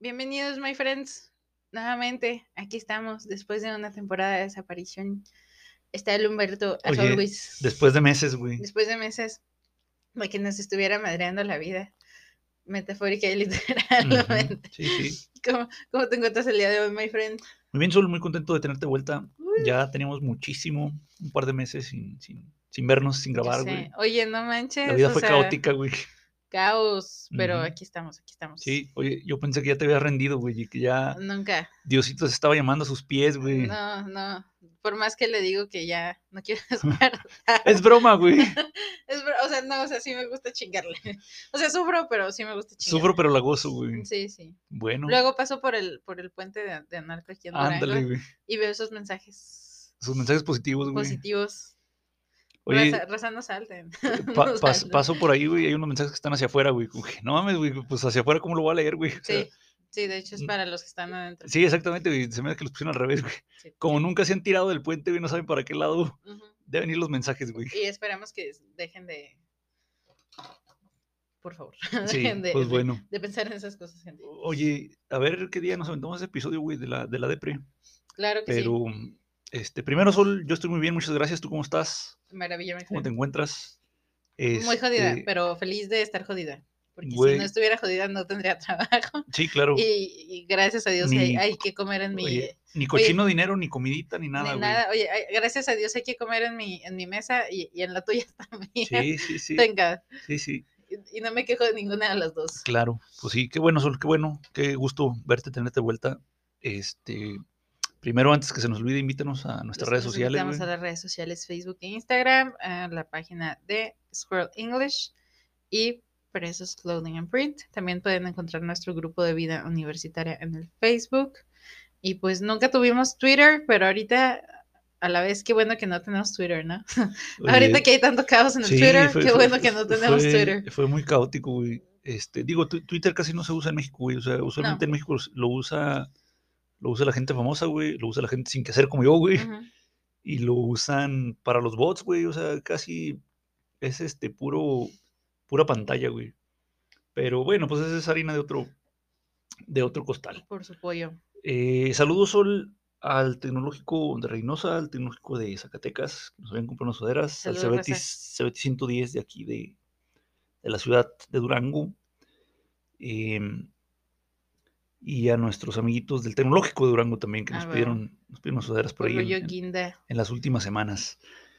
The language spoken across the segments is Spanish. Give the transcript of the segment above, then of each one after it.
Bienvenidos, my friends. Nuevamente, aquí estamos, después de una temporada de desaparición. Está el Humberto, as Oye, always. después de meses, güey. Después de meses de que nos estuviera madreando la vida, metafórica y literalmente. Sí. ¿Cómo te encuentras el día de hoy, my friend? Muy bien, Sol, muy contento de tenerte de vuelta. Uy, Ya teníamos muchísimo, un par de meses sin vernos, sin yo grabar, sé. güey. Oye, no La manches, vida o fue sea, caótica, güey. caos, pero Ujú. aquí estamos. Sí, oye, yo pensé que ya te habías rendido, güey, y que ya Nunca. Diosito se estaba llamando a sus pies, güey. No. Por más que le digo que ya no quiero despertar. Es broma, güey. O sea, no, o sea, sí me gusta chingarle. O sea, sufro, pero sí me gusta Sufro, chingarle. pero la gozo, güey. Sí. Bueno, Luego paso por el puente de Analco aquí en Durango ándale, güey. y veo esos mensajes Sus mensajes positivos, güey. positivos. Oye, Raza, no salten. No salten. paso por ahí, güey, hay unos mensajes que están hacia afuera, güey. Como que, no mames, güey, pues hacia afuera, ¿cómo lo voy a leer, güey? O sea, Sí, de hecho es para los que están adentro. sí, exactamente, güey. Se me hace que los pusieron al revés, güey. Sí. Como nunca se han tirado del puente, güey, no saben para qué lado deben ir los mensajes, güey. Y esperamos que dejen de, por favor, Sí, dejen pues bueno. de pensar en esas cosas, gente. Oye, a ver qué día nos aventamos ese episodio, güey, de la depre. Claro que Pero, sí. Primero, Sol, yo estoy muy bien, muchas gracias. ¿Tú cómo estás? Maravilla, mi ¿Cómo te friend. encuentras? Muy jodida, pero feliz de estar jodida. Porque si no Güey, estuviera jodida no tendría trabajo. sí, claro. Y gracias a Dios Ni, hay que comer en mi... oye, ni Oye, cochino dinero, ni comidita, ni ni nada, güey. nada. Oye, gracias a Dios hay que comer en mi mesa y en la tuya también. Sí. Tenga. Sí, Y no me quejo de ninguna de las dos. claro. Pues sí, qué bueno, Sol, qué bueno. Qué gusto verte, tenerte de vuelta. Primero, antes que se nos olvide, invítanos a nuestras redes Los sociales, invitamos güey. a las redes sociales Facebook e Instagram, a la página de Squirrel English y Presos Clothing and Print. También pueden encontrar nuestro grupo de vida universitaria en el Facebook. Y pues nunca tuvimos Twitter, pero ahorita, a la vez, qué bueno que no tenemos Twitter, ¿no? Ahorita Oye, que hay tanto caos en el sí, Twitter, qué bueno que no tenemos Twitter. fue muy caótico, güey. Digo, Twitter casi no se usa en México, güey. O sea, No. usualmente en México lo usa la gente famosa, güey. Lo usa la gente sin que hacer como yo, güey. Y lo usan para los bots, güey. O sea, casi es pura pantalla, güey. Pero bueno, pues esa es harina de otro costal. Por su pollo. Saludos, Sol, al Tecnológico de Reynosa, al Tecnológico de Zacatecas, que nos habían comprado unas sudaderas, al Saludos, raza. Cebetis 110 de aquí de la ciudad de Durango, eh, y a nuestros amiguitos del Tecnológico de Durango también, que nos pidieron unas sudaderas por ahí Orgullo guinda. en las últimas semanas.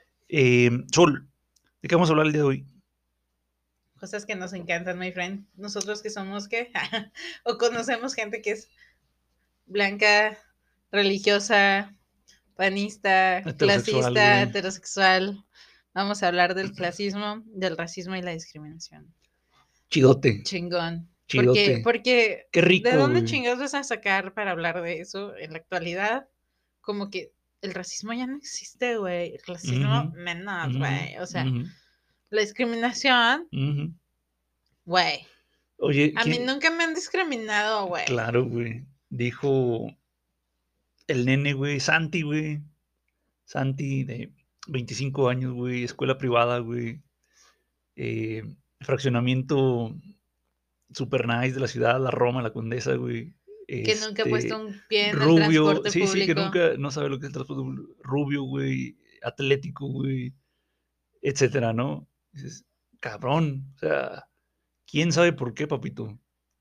Sol, ¿de qué vamos a hablar el día de hoy? Cosas que nos encantan, my friend. Nosotros que somos, ¿qué? O conocemos gente que es blanca, religiosa, panista, Heterosexual, clasista, güey. heterosexual. Vamos a hablar del clasismo, del racismo y la discriminación. Chidote, Chingón. chidote. Porque, Qué ¿de rico, dónde güey. chingados vas a sacar para hablar de eso en la actualidad? Como que el racismo ya no existe, güey. El clasismo Ujú, menos, ujú, güey. O sea, ujú, la discriminación, ujú. güey. Oye, A mí nunca me han discriminado, güey. claro, güey. Dijo el nene, güey, Santi, güey. Santi, de 25 años, güey, escuela privada, güey. eh, Fraccionamiento super nice de la ciudad, la Roma, la Condesa, güey. Que nunca he puesto un pie en el Rubio, transporte sí, que público. nunca, no sabe lo que es el transporte público. Rubio, güey, atlético, güey, etcétera, ¿no? Dices, cabrón, o sea, quién sabe por qué, papito.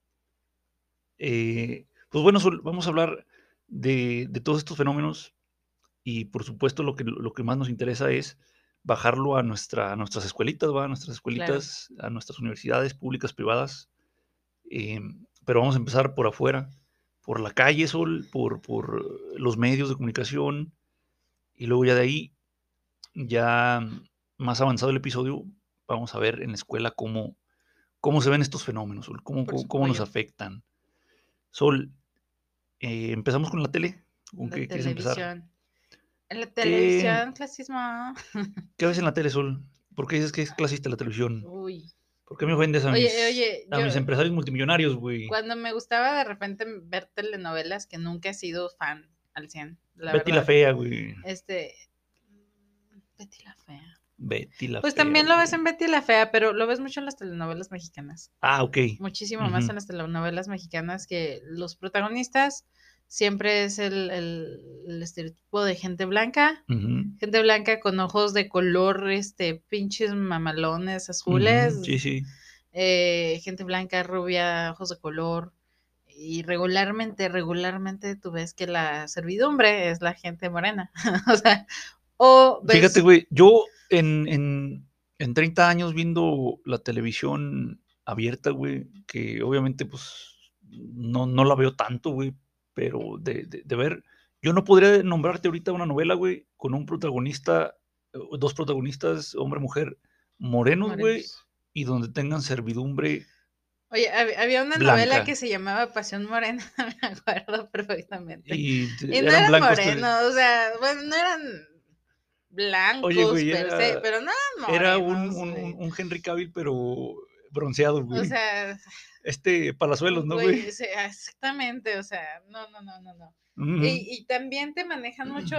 Pues bueno, vamos a hablar de todos estos fenómenos y por supuesto lo que más nos interesa es bajarlo a nuestras escuelitas, ¿va? A nuestras Claro. escuelitas, a nuestras universidades públicas, privadas. Pero vamos a empezar por afuera, por la calle, Sol, por los medios de comunicación, y luego ya de ahí, ya más avanzado el episodio, vamos a ver en la escuela cómo se ven estos fenómenos, Sol, Por su cómo nos pollo. afectan. Sol, empezamos con la tele. ¿Con La qué quieres empezar? televisión. En la ¿Qué, televisión, clasismo. ¿Qué ves en la tele, Sol? ¿Por qué dices que es clasista la televisión? Uy. ¿Por qué me ofendes Oye, a yo mis empresarios multimillonarios, güey? cuando me gustaba de repente ver telenovelas, que nunca he sido fan al 100, la Betty la verdad. fea, güey. Este. Betty la fea. Betty la Pues Fea, también lo ves güey. en Betty la Fea, pero lo ves mucho en las telenovelas mexicanas. Ah, ok. Muchísimo más Ujú, en las telenovelas mexicanas, que los protagonistas siempre es el estereotipo de ujú, gente blanca con ojos de color, pinches mamalones ujú, azules, sí, sí. gente blanca, rubia, ojos de color. Y regularmente tú ves que la servidumbre es la gente morena. O sea, o Fíjate, ves. güey, yo en 30 años viendo la televisión abierta, güey, que obviamente, pues, no la veo tanto, güey, pero de ver, yo no podría nombrarte ahorita una novela, güey, con un protagonista, 2 protagonistas, hombre, mujer, morenos, güey, Morenos. y donde tengan servidumbre Oye, había una novela que blanca. se llamaba Pasión Morena, me acuerdo perfectamente. Y Y no eran eran blancos también. morenos, o sea, bueno, no eran Oye, blancos güey, per se, pero no eran era un morenos, güey. un Henry Cavill, pero bronceado, O güey. sea, Palazuelos, ¿no, güey? güey, o sea, exactamente, o sea, no. Ujú, Y también te manejan mucho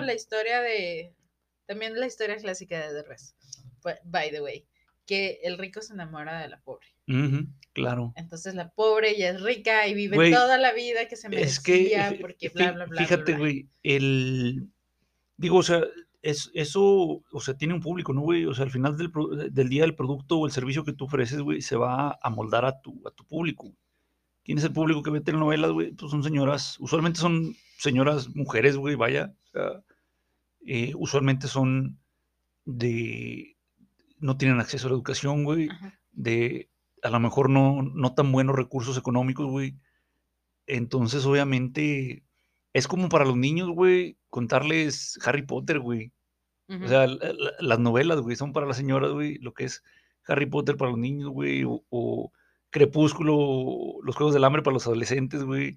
también la historia clásica de Derbez, by the way, que el rico se enamora de la pobre. ujú, claro. Entonces la pobre ya es rica y vive Güey, toda la vida que se es que merecía porque bla, bla, fíjate, bla. güey, digo, o sea, eso, o sea, tiene un público, ¿no, güey? O sea, al final del día, el producto o el servicio que tú ofreces, güey, se va a moldar a tu público. ¿Quién es el público que ve telenovelas, güey? Pues son señoras, usualmente son señoras mujeres, güey, vaya. O sea, usualmente son de, no tienen acceso a la educación, güey, Ajá. de a lo mejor no tan buenos recursos económicos, güey. Entonces, obviamente, es como para los niños, güey, contarles Harry Potter, güey. O Ujú. sea, las novelas, güey, son para las señoras, güey, lo que es Harry Potter para los niños, güey, o Crepúsculo, los Juegos del Hambre para los adolescentes, güey,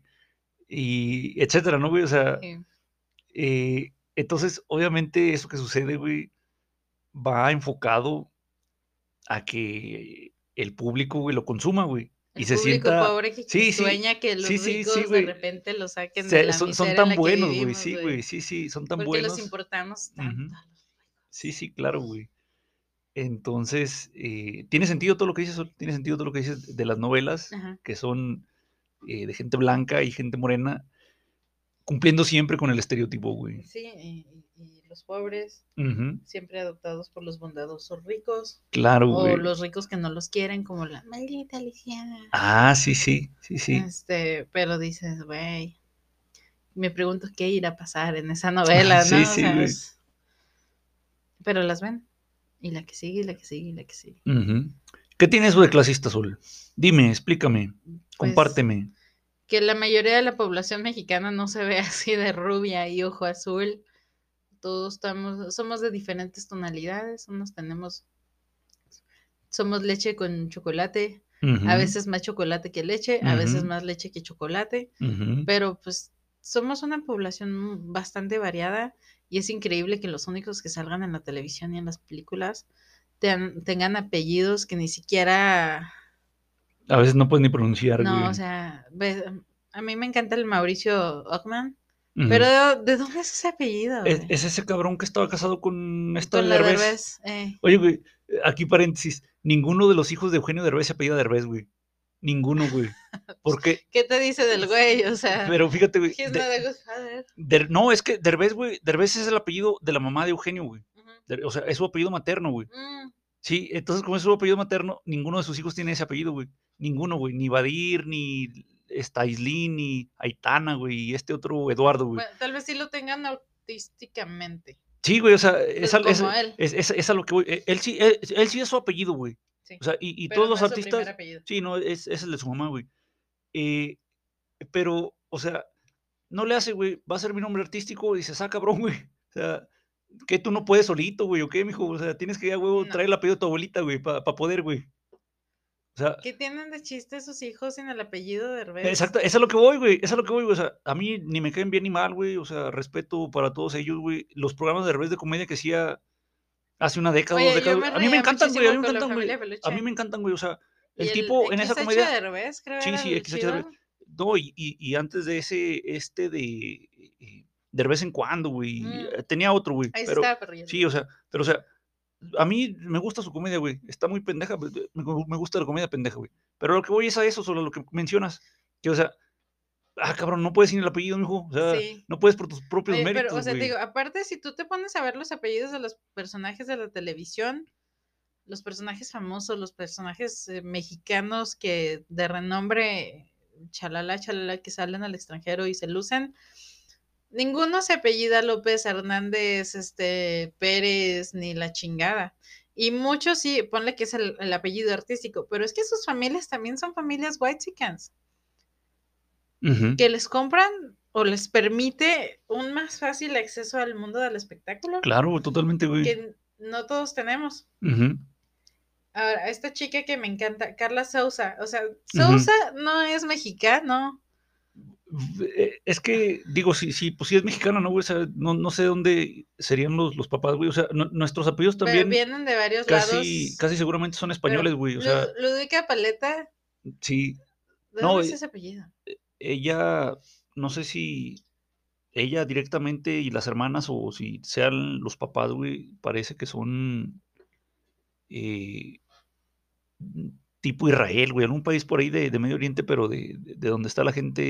y etcétera, ¿no, güey? O sea, Sí. entonces, obviamente, eso que sucede, güey, va enfocado a que el público, güey, lo consuma, güey, y El se público sienta pobre que sí, sí, sueña que los sí, sí, sí, ricos de güey, repente lo saquen de la son miseria en tan la que buenos, güey, vivimos, sí, güey, güey. sí, sí, son tan Porque los buenos. importamos tanto Ujú. a los Sí, ricos. sí, claro, güey. Entonces, tiene sentido todo lo que dices, Sol, tiene sentido todo lo que dices de las novelas, Ajá. que son, de gente blanca y gente morena, cumpliendo siempre con el estereotipo, güey. Sí, y los pobres Ujú. siempre adoptados por los bondadosos ricos, Claro, o güey. los ricos que no los quieren, como la maldita Luciana. Ah, sí, sí, sí, sí. Pero dices, güey, me pregunto qué irá a pasar en esa novela, Sí, ¿no? O sí, sea, güey. pero las ven. Y la que sigue, y la que sigue, y la que sigue. Ujú. ¿Qué tiene eso de clasista, Sol? Dime, explícame, Pues compárteme. que la mayoría de la población mexicana no se ve así de rubia y ojo azul. Somos de diferentes tonalidades. Somos leche con chocolate, a Ujú, veces más chocolate que leche, a veces ujú, más leche que chocolate, ujú. pero pues somos una población bastante variada y es increíble que los únicos que salgan en la televisión y en las películas tengan apellidos que ni siquiera, A veces no puedes ni pronunciar, no, o güey. sea, a mí me encanta el Mauricio Ockman, pero Ujú. ¿de dónde es ese apellido, Es, güey? es ese cabrón que estaba casado con esta Con la Derbez. Derbez, Oye, güey, aquí paréntesis, ninguno de los hijos de Eugenio Derbez se apellida Derbez, güey. Ninguno, güey. pues, Porque, ¿qué te dice del güey? O sea, pero fíjate, güey, he's not a good father. no, es que Derbez, güey, Derbez es el apellido de la mamá de Eugenio, güey. Ujú. O sea, es su apellido materno, güey. Mm. Sí, entonces como es su apellido materno, ninguno de sus hijos tiene ese apellido, güey. Ninguno, güey. Ni Badir, ni Aislinn, ni Aitana, güey. Y este otro Eduardo, güey. Bueno, tal vez sí lo tengan autísticamente, Sí, güey, o sea, pues como él, es a lo que voy. Él sí es su apellido, güey. sí, O sea, y pero todos no los es su primer artistas, apellido. sí, no, es el de su mamá, güey. Eh, pero, o sea, no le hace, güey, va a ser mi nombre artístico y dices, ah, cabrón, güey. O sea, que tú no puedes solito, güey, o qué, mijo. O sea, tienes que ya, huevo, No. traer el apellido de tu abuelita, güey, para poder, güey. O sea, ¿Qué tienen de chiste sus hijos sin el apellido de Derbez? exacto, eso es lo que voy, güey. Eso es lo que voy, güey. O sea, a mí ni me caen bien ni mal, güey. O sea, respeto para todos ellos, güey. Los programas de revés de comedia que hacía hace una década, 2 Oye, yo décadas, me a mí me reía encantan, güey. A mí muchísimo me con la encantan, güey. familia A mí Peluche. me encantan, güey. O sea, Y el el tipo en esa XH comedia, Derbez, creo sí, era sí, el XH Derbez. chido. No, y antes de ese, de vez en cuando, güey. Mm, Tenía otro, güey. ahí sí Pero, estaba perrillo sí, o también. sea, pero, o sea, A mí me gusta su comedia, güey. Está muy pendeja, me gusta la comedia pendeja, güey. Pero lo que voy es a eso, sobre lo que mencionas. Que, o sea, cabrón, no puedes sin el apellido, mijo. O sea, Sí. no puedes por tus propios Oye, pero, o méritos, sea, te güey. digo, aparte, si tú te pones a ver los apellidos de los personajes de la televisión, los personajes famosos, los personajes mexicanos que de renombre, chalala, chalala, que salen al extranjero y se lucen, ninguno se apellida López Hernández, Pérez, ni la chingada. Y muchos sí, ponle que es el apellido artístico, pero es que sus familias también son familias whitexicans, Ujú. que les compran o les permite un más fácil acceso al mundo del espectáculo, Claro, totalmente, güey. que no todos tenemos. Ujú, Ahora, esta chica que me encanta, Carla Souza, o sea, ujú. Souza no es mexicano, Es que, digo, sí, pues sí es mexicana, ¿no, güey? O sea, no sé dónde serían los papás, güey. O sea, nuestros apellidos también vienen de varios casi, lados, casi seguramente son pero españoles, güey. O sea, Ludwika Paleta, sí. ¿de No, dónde es ese apellido? ella, no sé si ella directamente y las hermanas o si sean los papás, güey, parece que son eh, tipo Israel, güey, algún país por ahí de Medio Oriente, pero de donde está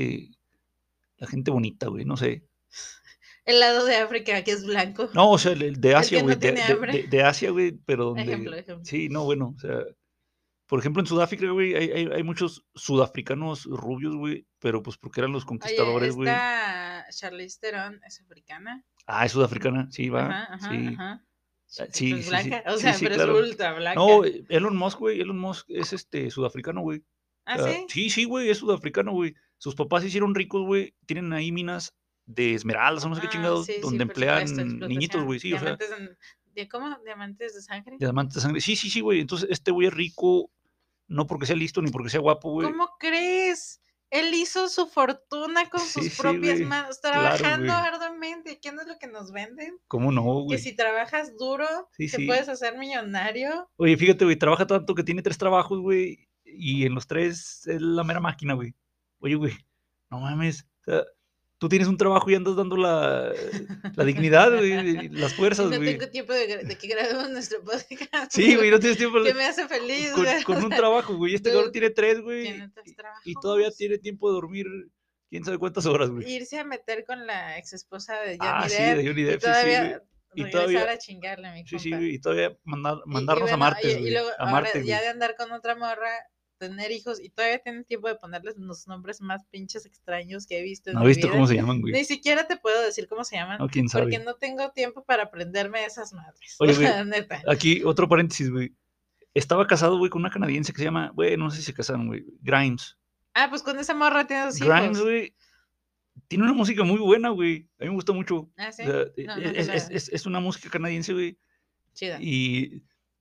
la gente bonita, güey, no sé. El lado de África que es blanco, No, o sea, el de el Asia, que güey, no tiene hambre. de Asia, güey, pero donde, Ejemplo, ejemplo. sí, no, bueno, o sea, por ejemplo, en Sudáfrica, güey, hay muchos sudafricanos rubios, güey, pero pues porque eran los Oye, conquistadores, güey. esta Charlize Theron es africana. Ah, es sudafricana, sí, va, Ajá, ajá, sí. ajá. Pero Sí, es sí, sí. blanca, o Sí, sea, sí, pero es claro. ultra No, blanca. Elon Musk, güey, Elon Musk es, sudafricano, güey. O ¿Ah, sea, sí? sí, sí, güey, es sudafricano, güey. Sus papás se hicieron ricos, güey. Tienen ahí minas de esmeraldas o no sé qué Ah, chingados, sí, sí, donde por supuesto, emplean niñitos, explotación. güey, sí, o sea, Diamantes ¿cómo? ¿Diamantes de sangre? diamantes de sangre. Sí, sí, sí, güey. Entonces, este güey es rico, no porque sea listo ni porque sea guapo, güey. ¿Cómo crees? Él hizo su fortuna con Sí, sus sí, propias güey. manos, Claro, trabajando güey. arduamente. ¿Qué no es lo que nos venden? ¿Cómo no, Que güey? si trabajas duro, Sí, te sí. puedes hacer millonario. Oye, fíjate, güey, trabaja tanto que tiene 3 trabajos, güey, y en los 3 es la mera máquina, güey. Oye, güey, no mames, o sea, tú tienes un trabajo y andas dando la dignidad, güey, las Y fuerzas, no güey. tengo tiempo de que grabemos nuestro podcast, Sí, güey, no tienes tiempo que me hace feliz, güey. O con un sea, trabajo, güey, este cabrón dude, tiene 3, güey, tiene tres y todavía trabajos. tiene tiempo de dormir quién sabe cuántas horas, güey. Irse a meter con la ex esposa de Ah, Johnny sí, Depp de Johnny y Depp, sí, sí, güey. todavía Y todavía regresar a chingarle a mi sí, sí, compa. güey, y todavía Y mandarnos a bueno, Martes, y güey, luego a ahora Marte, ya güey. de andar con otra morra, tener hijos y todavía tienen tiempo de ponerles los nombres más pinches extraños que he visto ¿No en has mi visto cómo vida. se llaman, güey? Ni siquiera te puedo decir cómo se llaman No, quién porque sabe. no tengo tiempo para aprenderme esas madres. Oye, güey, La neta. aquí otro paréntesis, güey. Estaba casado, güey, con una canadiense que se llama, güey, no sé si se casaron, güey, Grimes. Ah, pues con esa morra tiene dos Grimes, hijos. güey, tiene una música muy buena, güey. A mí me gusta mucho. O Ah, sí. sea, No, nunca la. es una música canadiense, güey. Chida. Y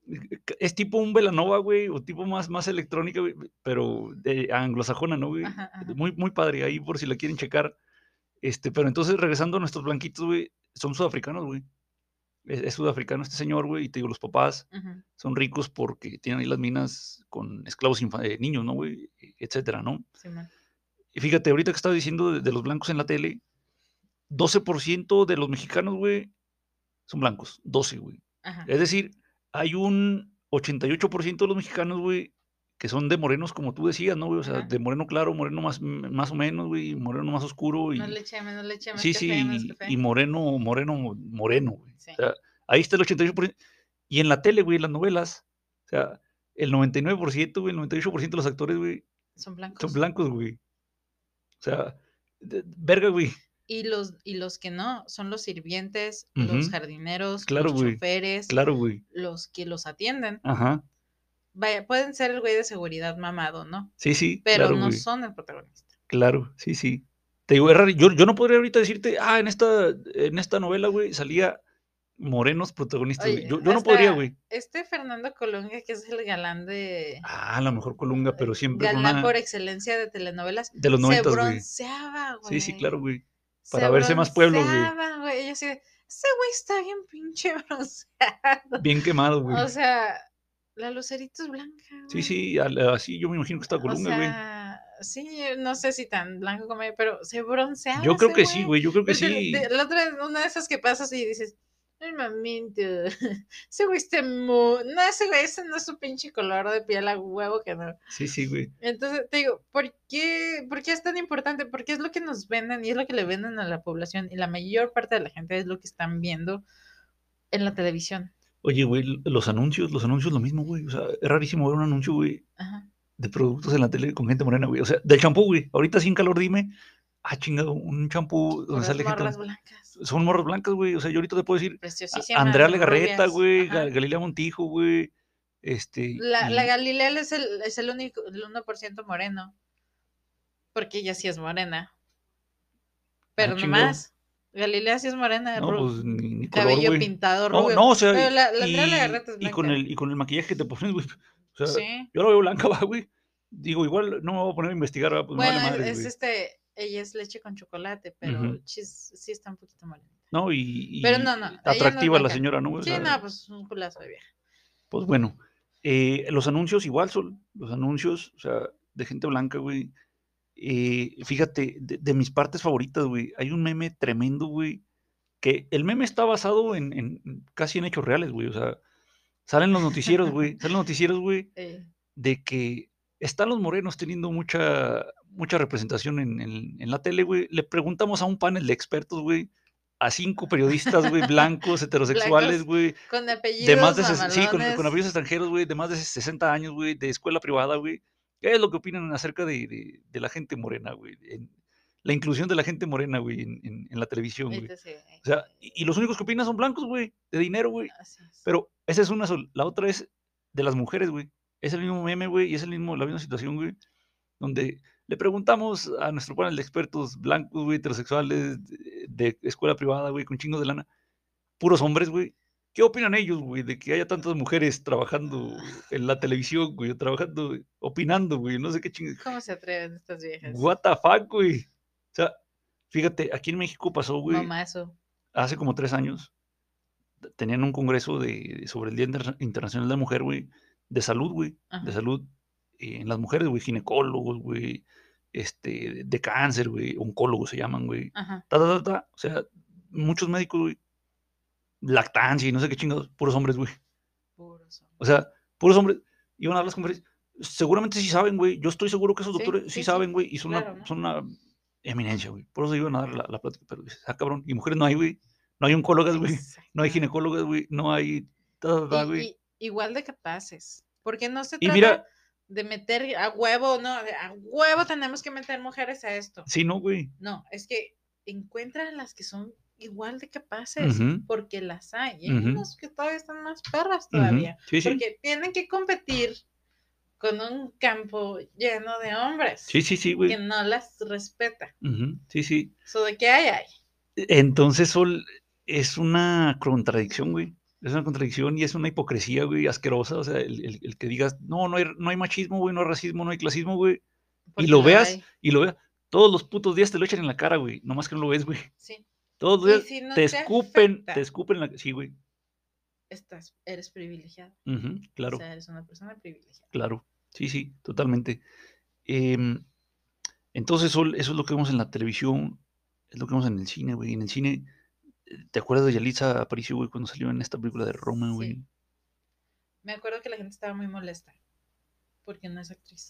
es tipo un Belanova, güey, o tipo más electrónica, güey, pero de anglosajona, ¿no, güey? Ajá, ajá. Muy padre, ahí por si la quieren checar. Pero entonces, regresando a nuestros blanquitos, güey, son sudafricanos, güey. Es sudafricano este señor, güey, y te digo, los papás Ujú. son ricos porque tienen ahí las minas con esclavos niños, ¿no, güey? Etcétera, ¿no? Simón. Y fíjate, ahorita que estaba diciendo de los blancos en la tele, 12% de los mexicanos, güey, son blancos, 12, güey. Ajá. Es decir, hay un 88% de los mexicanos, güey, que son de morenos, como tú decías, ¿no, güey? O sea, Ajá. de moreno claro, moreno más o menos, güey, moreno más oscuro y No le eché más sí, café, más sí, y café. moreno, güey. Sí, O sea, ahí está el 88%. Y en la tele, güey, en las novelas, o sea, el 99%, güey, el 98% de los actores, güey, son son blancos. blancos, güey. O sea, verga, güey. Y los que no, son los sirvientes, los Ujú. jardineros, Claro, los güey. choferes, Claro, güey. los que los atienden. Ajá. Vaya, pueden ser el güey de seguridad mamado, ¿no? Sí, sí, Pero claro, no güey. son el protagonista. Claro, sí, sí. Te digo, es raro. Yo no podría ahorita decirte, en esta novela, güey, salía morenos protagonistas, güey. Oye, Yo no podría, hasta güey. Fernando Colunga, que es el galán A la mejor Colunga, pero siempre con galán una por excelencia de telenovelas, de los se 90, güey. bronceaba, Sí, sí, güey. claro, güey. Se Para verse más pueblos, güey. bronceaba, güey. Y yo así de, ese güey está bien pinche bronceado. Bien quemado, O güey. sea, la Lucerito es blanca, Sí, güey. sí, así yo me imagino que está O Colunga, güey. sea, sí, no sé si tan blanco como ella, pero se bronceaba Yo creo ese que sí, güey. güey, yo creo que Porque sí. la otra vez, una de esas que pasas y dices, Ay, mamito. Ese güey está muy... No, ese güey, ese no es su pinche color de piel a huevo que no. Sí, sí, güey. Entonces, te digo, por qué es tan importante? Porque es lo que nos venden y es lo que le venden a la población y la mayor parte de la gente es lo que están viendo en la televisión. Oye, güey, los anuncios lo mismo, güey. O sea, es rarísimo ver un anuncio, güey, Ajá. de productos en la tele con gente morena, güey. O sea, del champú, güey. Ahorita sin calor, dime. Ah, chingado, un champú donde Puras sale gente. morras blancas. Son morras blancas, güey. O sea, yo ahorita te puedo decir Preciosísimas, Andrea Legarreta, rubias. güey, Ajá. Galilea Montijo, güey. La Y. Galilea es el único, el 1% moreno. Porque ella sí es morena. Ah, Pero chingado. nomás. Galilea sí es morena, No, pues ni color, cabello güey. pintado No, rubio. no, o sea, Pero la Andrea Legarreta es blanca. y con el maquillaje que te pones, güey. O sea, Sí. yo la veo blanca, va, güey. Digo, igual no me voy a poner a investigar, va, pues me vale Bueno, madres, güey. ella es leche con chocolate, pero Ujú. sí está un poquito morenita. No, Pero no, ella no es atractiva la blanca. señora, ¿no? O Sí, sea, no, pues un culazo de vieja. pues bueno, los anuncios igual son, los anuncios, o sea, de gente blanca, güey. Fíjate, de mis partes favoritas, güey, hay un meme tremendo, güey, que el meme está basado casi en hechos reales, güey, o sea, salen los noticieros, güey, Eh, de que están los morenos teniendo mucha representación en la tele, güey. Le preguntamos a un panel de expertos, güey, a 5 periodistas, güey, blancos, heterosexuales, blancos güey, con de más apellidos sí, con mamalones. apellidos extranjeros, güey, de más de 60 años, güey, de escuela privada, güey. ¿Qué es lo que opinan acerca de la gente morena, güey? La inclusión de la gente morena, güey, en la televisión, güey. Ahorita sí, O sea, y los únicos que opinan son blancos, güey, de dinero, güey. así es. Pero esa es una sola. La otra es de las mujeres, güey. Es el mismo meme, güey, y es la misma situación, güey, donde le preguntamos a nuestro panel de expertos blancos, güey, heterosexuales, de escuela privada, güey, con chingos de lana, puros hombres, güey. ¿Qué opinan ellos, güey, de que haya tantas mujeres trabajando en la televisión, güey, o trabajando, opinando, güey? No sé qué chingados. ¿Cómo se atreven estas viejas? What the fuck, güey. O sea, fíjate, aquí en México pasó, güey, Mamazo. hace como 3 años, tenían un congreso sobre el Día Internacional de la Mujer, güey, de salud, güey, de Ajá, salud en las mujeres, güey, ginecólogos, güey, de cáncer, güey, oncólogos se llaman, güey, ajá. o sea, muchos médicos, güey, lactancia y no sé qué chingados, puros hombres, güey. Puros O hombres. sea, puros hombres iban a las conferencias. Seguramente sí saben, güey. Yo estoy seguro que esos Sí, doctores sí sí, sí. saben, güey, y Claro, ¿no? son una eminencia, güey. Por eso iban a dar la plática, pero dices, ah, cabrón, y mujeres no hay, güey. No hay oncólogas, güey. No hay Exactamente. ginecólogas, güey. No hay, güey. Y igual de capaces. Porque no se Y trata mira, de meter a huevo, no, a huevo tenemos que meter mujeres a esto. sí, no, güey. No, es que encuentran las que son igual de capaces, Ujú, porque las hay. Y hay ujú, unas que todavía están más perras ujú. todavía, Sí, sí. porque tienen que competir con un campo lleno de Sí, hombres sí, sí, que güey. no las respeta. Ujú, sí, sí. Eso de que hay. Entonces, Sol, es una contradicción, güey. Es una contradicción y es una hipocresía, güey, asquerosa. O sea, el que digas, no hay machismo, güey, no hay racismo, no hay clasismo, güey. Porque lo hay, Y lo veas, todos los putos días te lo echan en la cara, güey. Nomás que no lo ves, güey. sí. Todos los Y días si no te te afecta, escupen en la. Sí, güey. eres privilegiado. Ujú, O claro, sea, eres una persona privilegiada. claro. Sí, sí, totalmente. Em, entonces, Sol, eso es lo que vemos en la televisión, es lo que vemos en el cine, güey. En el cine, ¿te acuerdas de Yalitza Aparicio, güey, cuando salió en esta película de Roma, Sí. güey? Me acuerdo que la gente estaba muy molesta porque no es actriz.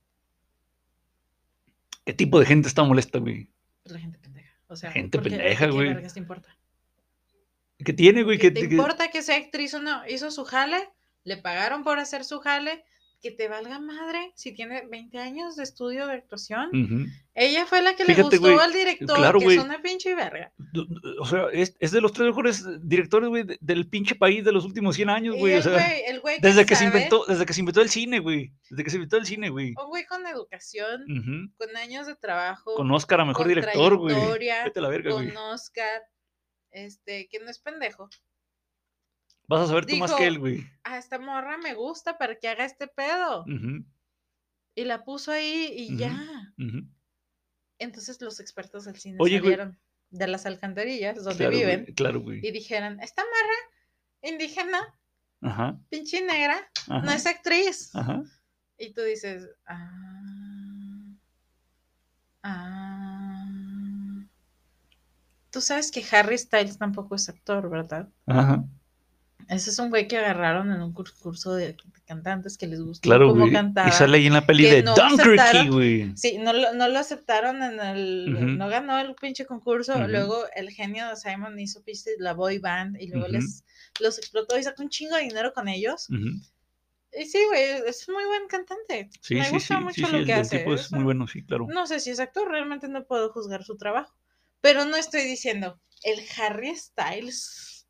¿Qué tipo de gente está molesta, güey? Pues la gente pendeja. O sea, Gente porque pendeja, ¿de qué güey. vergas te importa? ¿Qué tiene, güey? ¿Qué te importa que sea actriz o no? Hizo su jale, le pagaron por hacer su jale, que te valga madre si tiene 20 años de estudio de actuación. Ujú. Ella fue la que le Fíjate, gustó güey. al director, Claro, que es güey. una pinche verga. O sea, es de los 3 mejores directores, güey, del pinche país de los últimos 100 años, Y güey. O sea, el güey que sabe, desde que se inventó el cine, güey. Desde que se inventó el cine, güey. un güey con educación, Ujú. con años de trabajo, Con Oscar a mejor con director, güey. trayectoria, Vete a la verga, güey. con Oscar, que no es pendejo. Vas a saber tú más que él, Dijo, güey. a esta morra me gusta para que haga este pedo. Ujú, Y la puso ahí y ujú, ya. ujú. Entonces los expertos del cine Oye, güey. salieron de las alcantarillas donde Claro, güey. viven Claro, güey. y dijeron, esta morra indígena, Ajá, pinche negra, no ajá, es actriz. ajá. Y tú dices, ah, ah. Tú sabes que Harry Styles tampoco es actor, ¿verdad? Ajá. Ese es un güey que agarraron en un concurso de cantantes que les gustó Claro, cómo güey. Y cantaba, sale ahí en la peli que de no Dunkirk, aceptaron, güey. sí, no lo aceptaron Ujú, no ganó el pinche concurso, ujú, luego el genio de Simon hizo pinche la boy band y luego ujú, los explotó y sacó un chingo de dinero con ellos. ujú. Y sí, güey, es muy buen cantante. Sí, Me sí, gusta sí, sí, mucho sí, lo que el tipo hace. es muy bueno, sí, claro. No sé si es actor, realmente no puedo juzgar su trabajo. Pero no estoy diciendo, el Harry Styles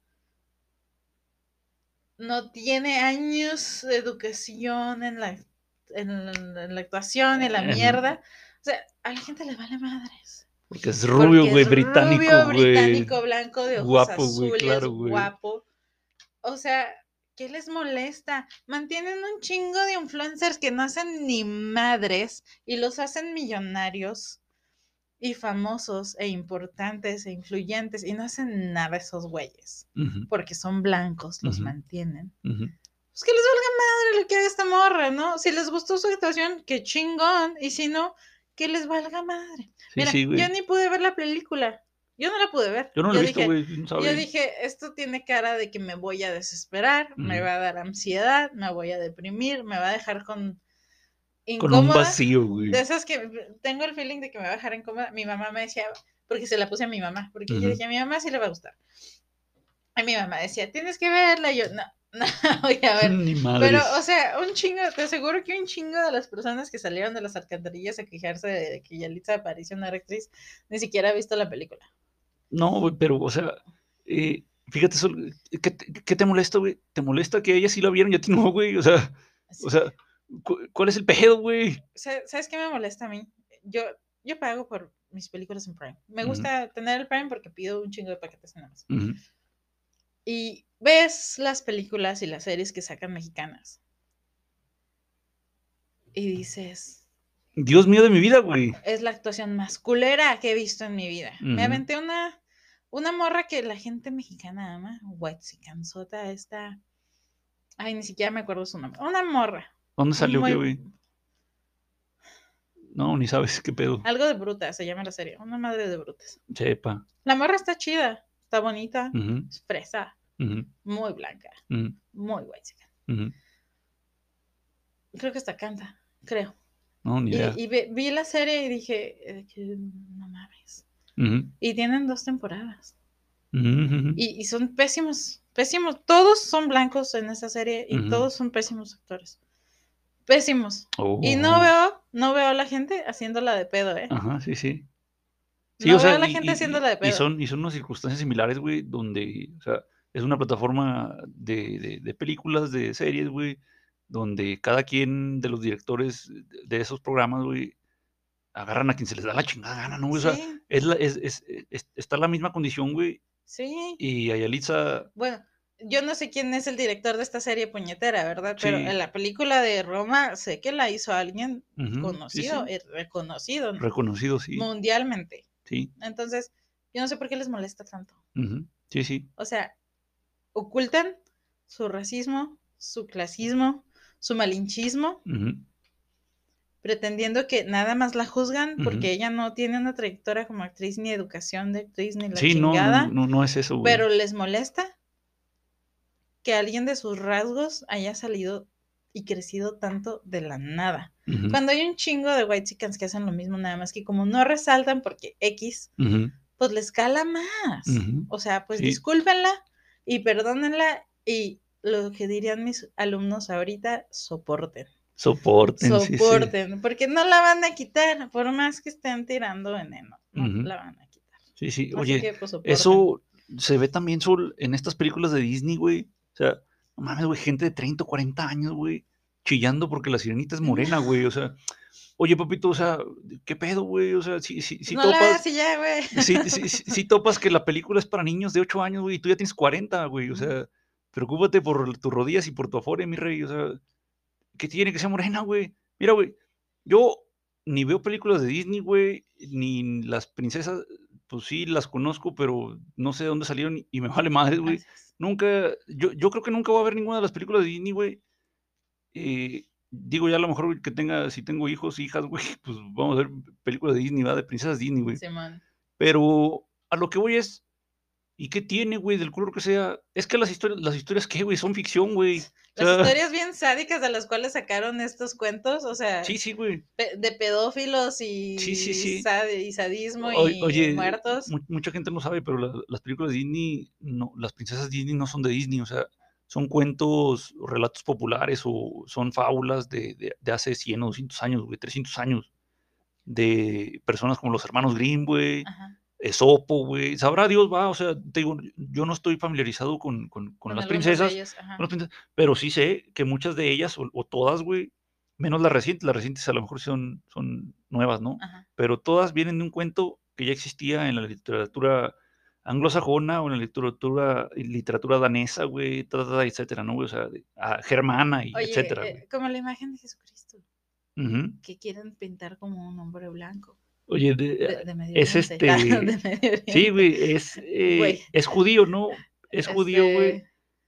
no tiene años de educación en la actuación, en la mierda. O sea, a la gente le vale madres. Porque es rubio, Porque güey, es británico, rubio, güey. británico, blanco, de ojos Guapo, güey, azules, claro, güey. guapo. O sea, ¿qué les molesta? Mantienen un chingo de influencers que no hacen ni madres y los hacen millonarios y famosos e importantes e influyentes y no hacen nada esos güeyes. Ujú, Porque son blancos, los ujú, mantienen. ujú. Pues que les valga madre lo que haga esta morra, ¿no? Si les gustó su actuación, qué chingón. Y si no, que les valga madre. Sí, Mira, sí, yo güey. ni pude ver la película. Yo no la pude ver. Yo no lo he visto, güey, no Yo sabe. dije, esto tiene cara de que me voy a desesperar, me Ujú. va a dar ansiedad, me voy a deprimir, me va a dejar con Con un incómoda. vacío, De güey. esas que tengo el feeling de que me va a dejar incómoda. Mi mamá me decía, porque se la puse a mi mamá, porque yo Ujú. dije, a mi mamá sí le va a gustar. Y mi mamá decía, tienes que verla. Y yo, no, no voy a ver. Ni Pero, o madres. sea, un chingo, te aseguro que un chingo de las personas que salieron de las alcantarillas a quejarse de que Yalitza Aparicio no era actriz, ni siquiera ha visto la película. No, güey, pero, o sea, fíjate, ¿qué te molesta, güey? ¿Te molesta que ella sí la vieron y a ti no, güey? O Sí. sea, ¿cuál es el pedo, güey? ¿Sabes qué me molesta a mí? Yo, yo pago por mis películas en Prime. Me Ujú, gusta tener el Prime porque pido un chingo de paquetes en Amazon. ujú. Y ves las películas y las series que sacan mexicanas. Y dices, Dios mío de mi vida, güey. es la actuación más culera que he visto en mi vida. Me Ujú. aventé una morra que la gente mexicana ama, Huatzicanzota, esta. Ay, ni siquiera me acuerdo su nombre. Una morra. ¿Dónde salió qué, Muy. güey? No, ni sabes qué pedo. Algo de bruta se llama la serie. Una madre de brutas. Sepa. La morra está chida. Está bonita. Ujú, Es fresa. ujú, Muy blanca. ujú, Muy white. ujú. Creo que hasta canta. Creo. No, ni idea. Y vi la serie y dije, no mames. Ujú, Y tienen 2 temporadas. ujú, ujú, Y son pésimos, pésimos. Todos son blancos en esa serie y ujú. todos son pésimos actores. Pésimos. Y Oh, no veo a la gente haciéndola de pedo, ¿eh? ajá, sí, sí. Sí, o No veo sea, a la gente haciéndola de pedo. y son unas circunstancias similares, güey, donde, o sea, es una plataforma de películas, de series, güey, donde cada quien de los directores de esos programas, güey, agarran a quien se les da la chingada gana, ¿no, güey? O sea, Sí, está la misma condición, güey, sí. y Ayalitza, Bueno, yo no sé quién es el director de esta serie puñetera, ¿verdad? Pero en sí, la película de Roma sé que la hizo alguien ujú, sí, conocido sí, y reconocido reconocido, sí, mundialmente. sí, Entonces, yo no sé por qué les molesta tanto. ujú, sí, sí, O sea, ocultan su racismo, su clasismo, su malinchismo, ujú, pretendiendo que nada más la juzgan ujú. porque ella no tiene una trayectoria como actriz, ni educación de actriz, ni la Sí, no, no, chingada, no, no es eso, güey. pero les molesta que alguien de sus rasgos haya salido y crecido tanto de la nada. Ujú, Cuando hay un chingo de white chickens que hacen lo mismo, nada más que como no resaltan porque X, ujú, pues les cala más. ujú. O sea, pues Sí, discúlpenla y perdónenla y lo que dirían mis alumnos ahorita, soporten. soporten, sí, sí. Soporten, porque no la van a quitar, por más que estén tirando veneno, no Ujú. la van a quitar. Sí, sí. Así Oye, que pues soporten. eso se ve también, Sol, en estas películas de Disney, güey. O sea, no mames, güey, gente de 30 o 40 años, güey, chillando porque la sirenita es morena, güey. O No, sea, oye, papito, o sea, ¿qué pedo, güey? O sea, si no la veas topas, y ya, güey. si topas que la película es para niños de 8 años, güey, y tú ya tienes 40, güey. O sea, preocúpate por tus rodillas y por tu afore, mi rey. O sea, ¿qué tiene que ser morena, güey? Mira, güey, yo ni veo películas de Disney, güey, ni las princesas, pues sí, las conozco, pero no sé de dónde salieron y me vale madres, güey. Así es. Nunca, yo creo que nunca voy a ver ninguna de las películas de Disney, güey. Digo, ya a lo mejor güey, que tenga, si tengo hijos, hijas, güey, pues vamos a ver películas de Disney, ¿verdad? De princesas Disney, güey. Simón. Pero a lo que voy es, ¿y qué tiene, güey, del color que sea? Es que las historias, ¿qué, güey? Son ficción, güey. O Las sea, historias bien sádicas de las cuales sacaron estos cuentos, o sea, sí, güey. de pedófilos Sí, y, sí. y sadismo y Oye, muertos. mucha gente no sabe, pero las películas de Disney, no, las princesas Disney no son de Disney, o sea, son cuentos o relatos populares o son fábulas de hace 100 o 200 años, güey, 300 años, de personas como los hermanos Grimm, güey, Ajá. Esopo, güey, sabrá Dios, va, o sea, te digo, yo no estoy familiarizado con Con las algunos de princesas, ellos, ajá. pero sí sé que muchas de ellas, o todas, güey, menos las recientes a lo mejor son nuevas, ¿no? Ajá. Pero todas vienen de un cuento que ya existía en la literatura anglosajona o en la literatura danesa, güey, etcétera, ¿no? Güey? O sea, germana y etcétera, Oye, güey. como la imagen de Jesucristo, Ujú. que quieren pintar como un hombre blanco, Oye, de Medio es Oriente, de Medio sí, Oriente. güey, Güey, es judío, ¿no? Es judío, güey. este,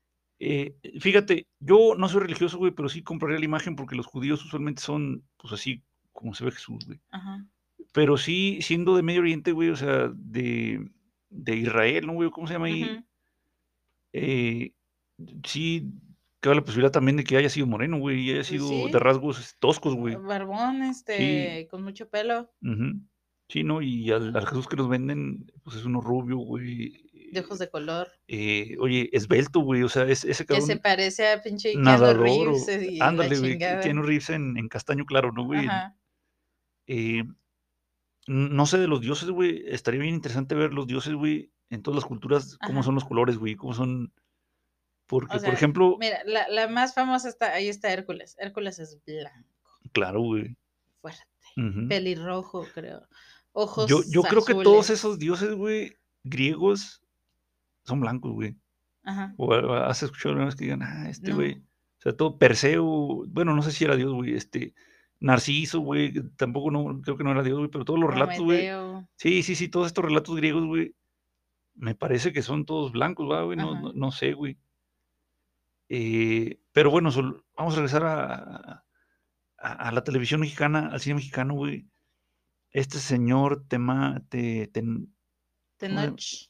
Fíjate, yo no soy religioso, güey, pero sí compraría la imagen porque los judíos usualmente son, pues así como se ve Jesús, güey. ajá. Pero sí, siendo de Medio Oriente, güey, o sea, de Israel, ¿no, güey? ¿Cómo se llama ahí? Ujú. Eh, sí, cabe la posibilidad también de que haya sido moreno, güey, y haya Pues sido de sí, rasgos toscos, güey. barbón, Sí, con mucho pelo, ujú. Sí, ¿no? Y al Jesús que nos venden, pues es uno rubio, güey. de ojos de color, Oye, esbelto, güey, o sea, ese que se cabrón parece a pinche Keanu nadador Reeves o y la ándale, güey, chingada. Keanu Reeves en castaño claro, ¿no, güey? Ajá, Eh, no sé de los dioses, güey, estaría bien interesante ver los dioses, güey, en todas las culturas, cómo ajá. son los colores, güey, cómo son, O porque, por sea, ejemplo, mira, la más famosa está, ahí está Hércules. Hércules es blanco, claro, güey, fuerte, ujú. pelirrojo, creo. Yo Ojos creo que todos esos azules. dioses, güey, griegos son blancos, güey. Ajá, O has escuchado alguna vez que digan: "Ah, este güey", no, o sea, todo Perseo, bueno, no sé si era dios, güey, Narciso, güey, tampoco no, creo que no era dios, güey, pero todos los relatos, güey, Prometeo. sí, todos estos relatos griegos, güey, me parece que son todos blancos, ¿va, güey? Ajá, No sé, güey. Pero bueno, vamos a regresar a la televisión mexicana, al cine mexicano, güey. Este señor ¿cómo se llama? Tenoch.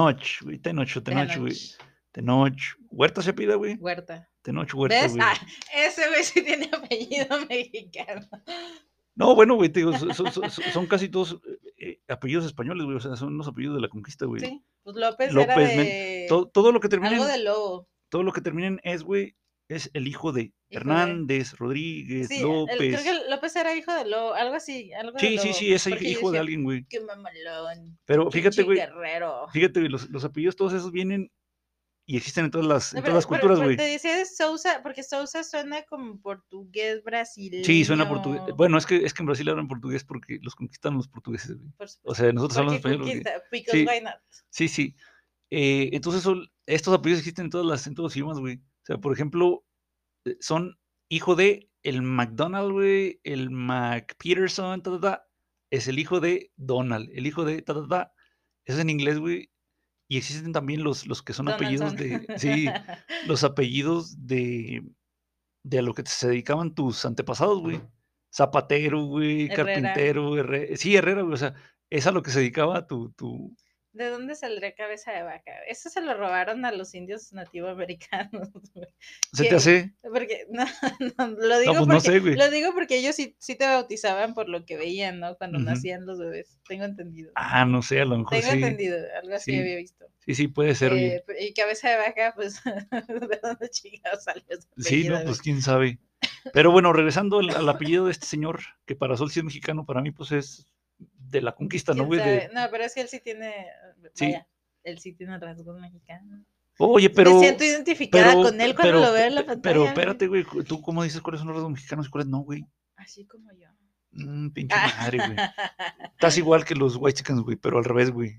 Tenoch, güey. Tenoch. Tenoch. ¿Huerta se apellida, güey? Huerta. Tenoch Huerta, ¿Ves? Ah, güey. ese güey sí tiene apellido mexicano. No, bueno, güey, te digo, son casi todos, apellidos españoles, güey, o sea, son los apellidos de la conquista, güey. Sí, pues López era López, de todo lo que algo terminen de lobo, todo lo que terminen güey, es el hijo de hijo de. Hernández, Rodríguez, Sí, creo López. que López era hijo de lobo, algo de Sí, lobo. es Porque yo hijo de decía, alguien, güey. qué mamalón, Pero pinche guerrero. fíjate, güey, los apellidos todos esos vienen y existen No, en todas las culturas, te güey. decía de Sousa, porque Sousa suena como portugués Sí, suena portugués. brasileño. Bueno, es que en Brasil hablan portugués porque los conquistan los portugueses, güey. Por O supuesto. sea, nosotros hablamos Porque español porque conquista, because sí, why not? sí. Entonces estos apellidos existen en todos los idiomas, güey. O sea, por ejemplo, son hijo de el McDonald, güey, el McPeterson, es el hijo de Donald, el hijo de eso es en inglés, güey. Y existen también los que son apellidos Donaldson. de, sí, los apellidos de a lo que se dedicaban tus antepasados, güey. Zapatero, güey, Herrera. carpintero, sí, herrera, güey, o sea, es a lo que se dedicaba ¿De dónde saldría cabeza de vaca? Eso se lo robaron a los indios nativoamericanos, güey. ¿se te hace? Porque, no, no, No, pues no sé, güey. lo digo porque ellos sí te bautizaban por lo que veían, ¿no? Cuando Ujú. nacían los bebés. Tengo entendido. No sé, a lo mejor Tengo sí, entendido, algo así sí, había visto. sí, puede ser, oye. Y cabeza de vaca, pues, ¿de dónde chingados salió ese Sí, apellido, no, güey? pues quién sabe. Pero bueno, regresando al apellido de este señor, que para Sol sí es mexicano, para mí, pues es de la conquista, ¿no, ¿Quién güey? sabe? No, pero es que él sí tiene, Sí. vaya, él sí tiene rasgos mexicanos. Oye, Me siento identificada con él cuando lo veo en la pero pantalla, güey. espérate, güey, ¿tú cómo dices cuáles son los rasgos mexicanos y cuáles no, güey? Así como yo. Pinche madre, güey. Estás igual que los whitexicans, güey, pero al revés, güey.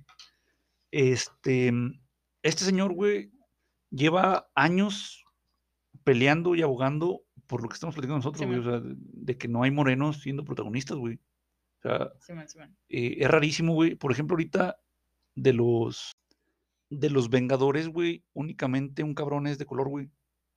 Este, este señor, güey, lleva años peleando y abogando por lo que estamos platicando nosotros, güey, o Simón, sea, de que no hay morenos siendo protagonistas, güey. O sea, Simón. es rarísimo, güey. Por ejemplo, ahorita de los Vengadores, güey, únicamente un cabrón es de color, güey.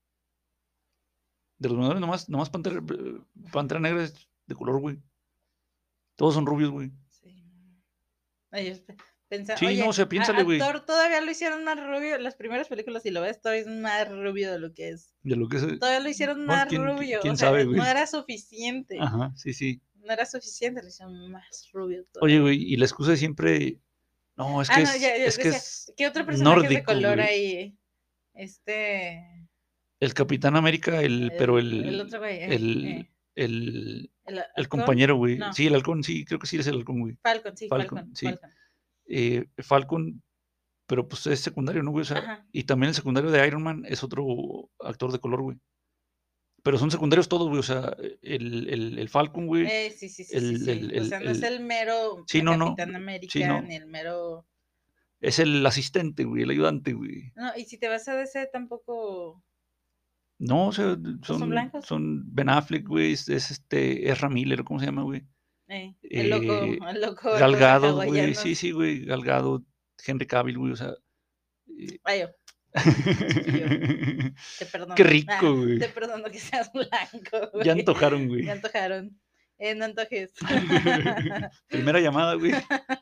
De los Vengadores nomás Pantera Negra es de color, güey. Todos son rubios, güey. Sí. Ay, Pensando, Sí, no, o oye, sea, piénsale, a güey, Thor todavía lo hicieron más rubio. En las primeras películas, si lo ves, todavía es más rubio de lo que es. de lo que es, Todavía lo hicieron bueno, más rubio. O quién sea, sabe, no güey. era suficiente. Ajá, sí, sí. No era suficiente, lo hicieron más rubio Oye, todavía. güey, y la excusa de siempre, no, Ah, no, ya, ya es que decía, es ¿qué otro personaje es de nórdico, color güey. ahí? Este, El Capitán América, pero el otro güey, el, el, el el halcón, compañero, güey. no, Sí, el halcón, sí, creo que sí es el halcón, güey. Falcon, sí, Falcon, sí. Falcon. Falcon, pero pues es secundario, ¿no, güey? O sea, Ajá. y también el secundario de Iron Man es otro actor de color, güey. Pero son secundarios todos, güey. O sea, el Falcon, güey. Sí, sí, sí, sí, El, sí. el, O el, sea, no es el- el mero sí, no, no. Capitán Sí, América no. ni el mero. Es el asistente, güey, el ayudante, güey. No, y si te vas a DC tampoco. No, o sea, Pues son blancos. son Ben Affleck, güey. Es Ezra Miller, ¿cómo se llama, güey? Eh, El loco Gal rosa Gadot, güey. Sí, hawaianos. sí, güey. Gal Gadot, Henry Cavill, güey. O sea. eh, Ay, yo, chiquillo, te Qué perdono. rico, güey. Te perdono que seas blanco, Ya güey. antojaron, güey. Ya antojaron. No antojes. Primera llamada, güey.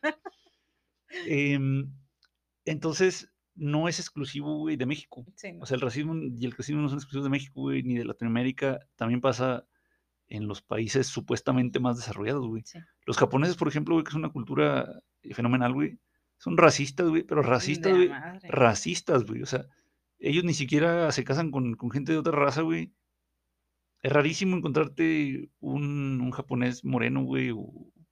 Em, entonces, no es exclusivo, güey, de México. Sí, O no. sea, el racismo y el clasismo no son exclusivos de México, güey, ni de Latinoamérica. También pasa en los países supuestamente más desarrollados, güey. Sí. Los japoneses, por ejemplo, güey, que es una cultura fenomenal, güey, son racistas, güey, pero De la madre. racistas, güey. O sea, ellos ni siquiera se casan con gente de otra raza, güey. Es rarísimo encontrarte un japonés moreno, güey, o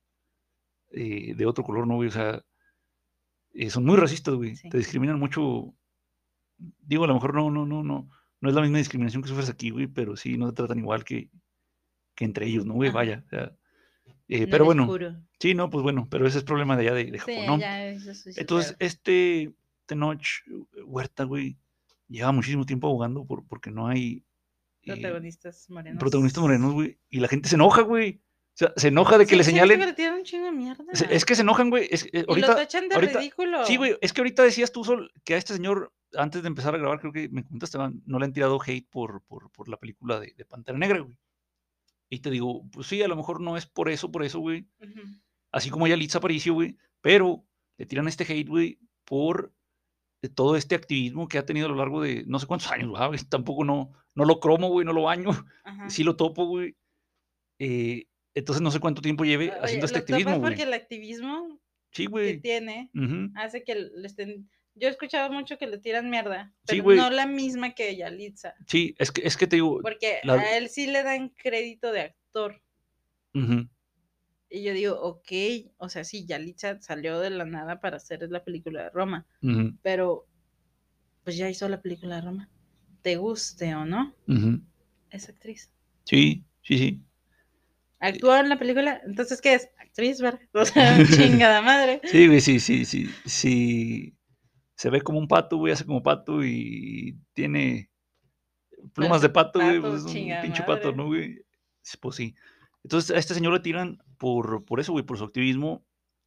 de otro color, ¿no, güey? O sea, son muy racistas, güey. Sí. Te discriminan mucho. Digo, a lo mejor no es la misma discriminación que sufres aquí, güey, pero sí no te tratan igual que entre ellos, ¿no, güey? Ajá. Vaya. O sea, No pero eres bueno, puro. sí, no, pues bueno, pero ese es problema de allá de Sí, Japón, ¿no? ya, eso sí es el Entonces, pedo. Tenoch Huerta, güey, lleva muchísimo tiempo abogando porque no hay eh, Protagonistas protagonistas morenos, morenos. güey, y la gente se enoja, güey. O sea, se enoja de que Sí, le sí, he visto que señalen. le tiran un chingo de Es mierda. que se enojan, güey. Y lo tachan de Sí, ridículo. güey. Es que ahorita decías tú Sol, que a este señor, antes de empezar a grabar, creo que me comentaste, no le han tirado hate por la película de Pantera Negra, güey. Y te digo, pues sí, a lo mejor no es por eso, güey. Ujú. Así como Yalitza Aparicio, güey. Pero le tiran este hate, güey, por todo este activismo que ha tenido a lo largo de no sé cuántos años, güey. Tampoco no lo cromo, güey, no lo baño. Ajá. Sí lo topo, güey. Entonces no sé cuánto tiempo lleve haciendo Oye, este lo topas activismo, porque güey. el activismo Sí, que güey. tiene Ujú. hace que le estén. Yo he escuchado mucho que le tiran mierda, Sí, pero güey. no la misma que Yalitza. Sí, es que te digo, Porque la a él sí le dan crédito de actor. ujú, Y yo digo, ok, o sea, sí, Yalitza salió de la nada para hacer la película de Roma, ujú, pero pues ya hizo la película de Roma. Te guste o no, ujú. es actriz. Sí, sí, sí. Actuó en la película, entonces, ¿qué es? Actriz, ¿verdad? O sea, chingada madre. Sí, güey, sí. Se ve como un pato, güey, hace como pato y tiene plumas de Parece pato, güey, pues pato, es un chingada pinche pato, madre. ¿no, güey? Sí, pues sí. Entonces a este señor le tiran por eso, güey, por su activismo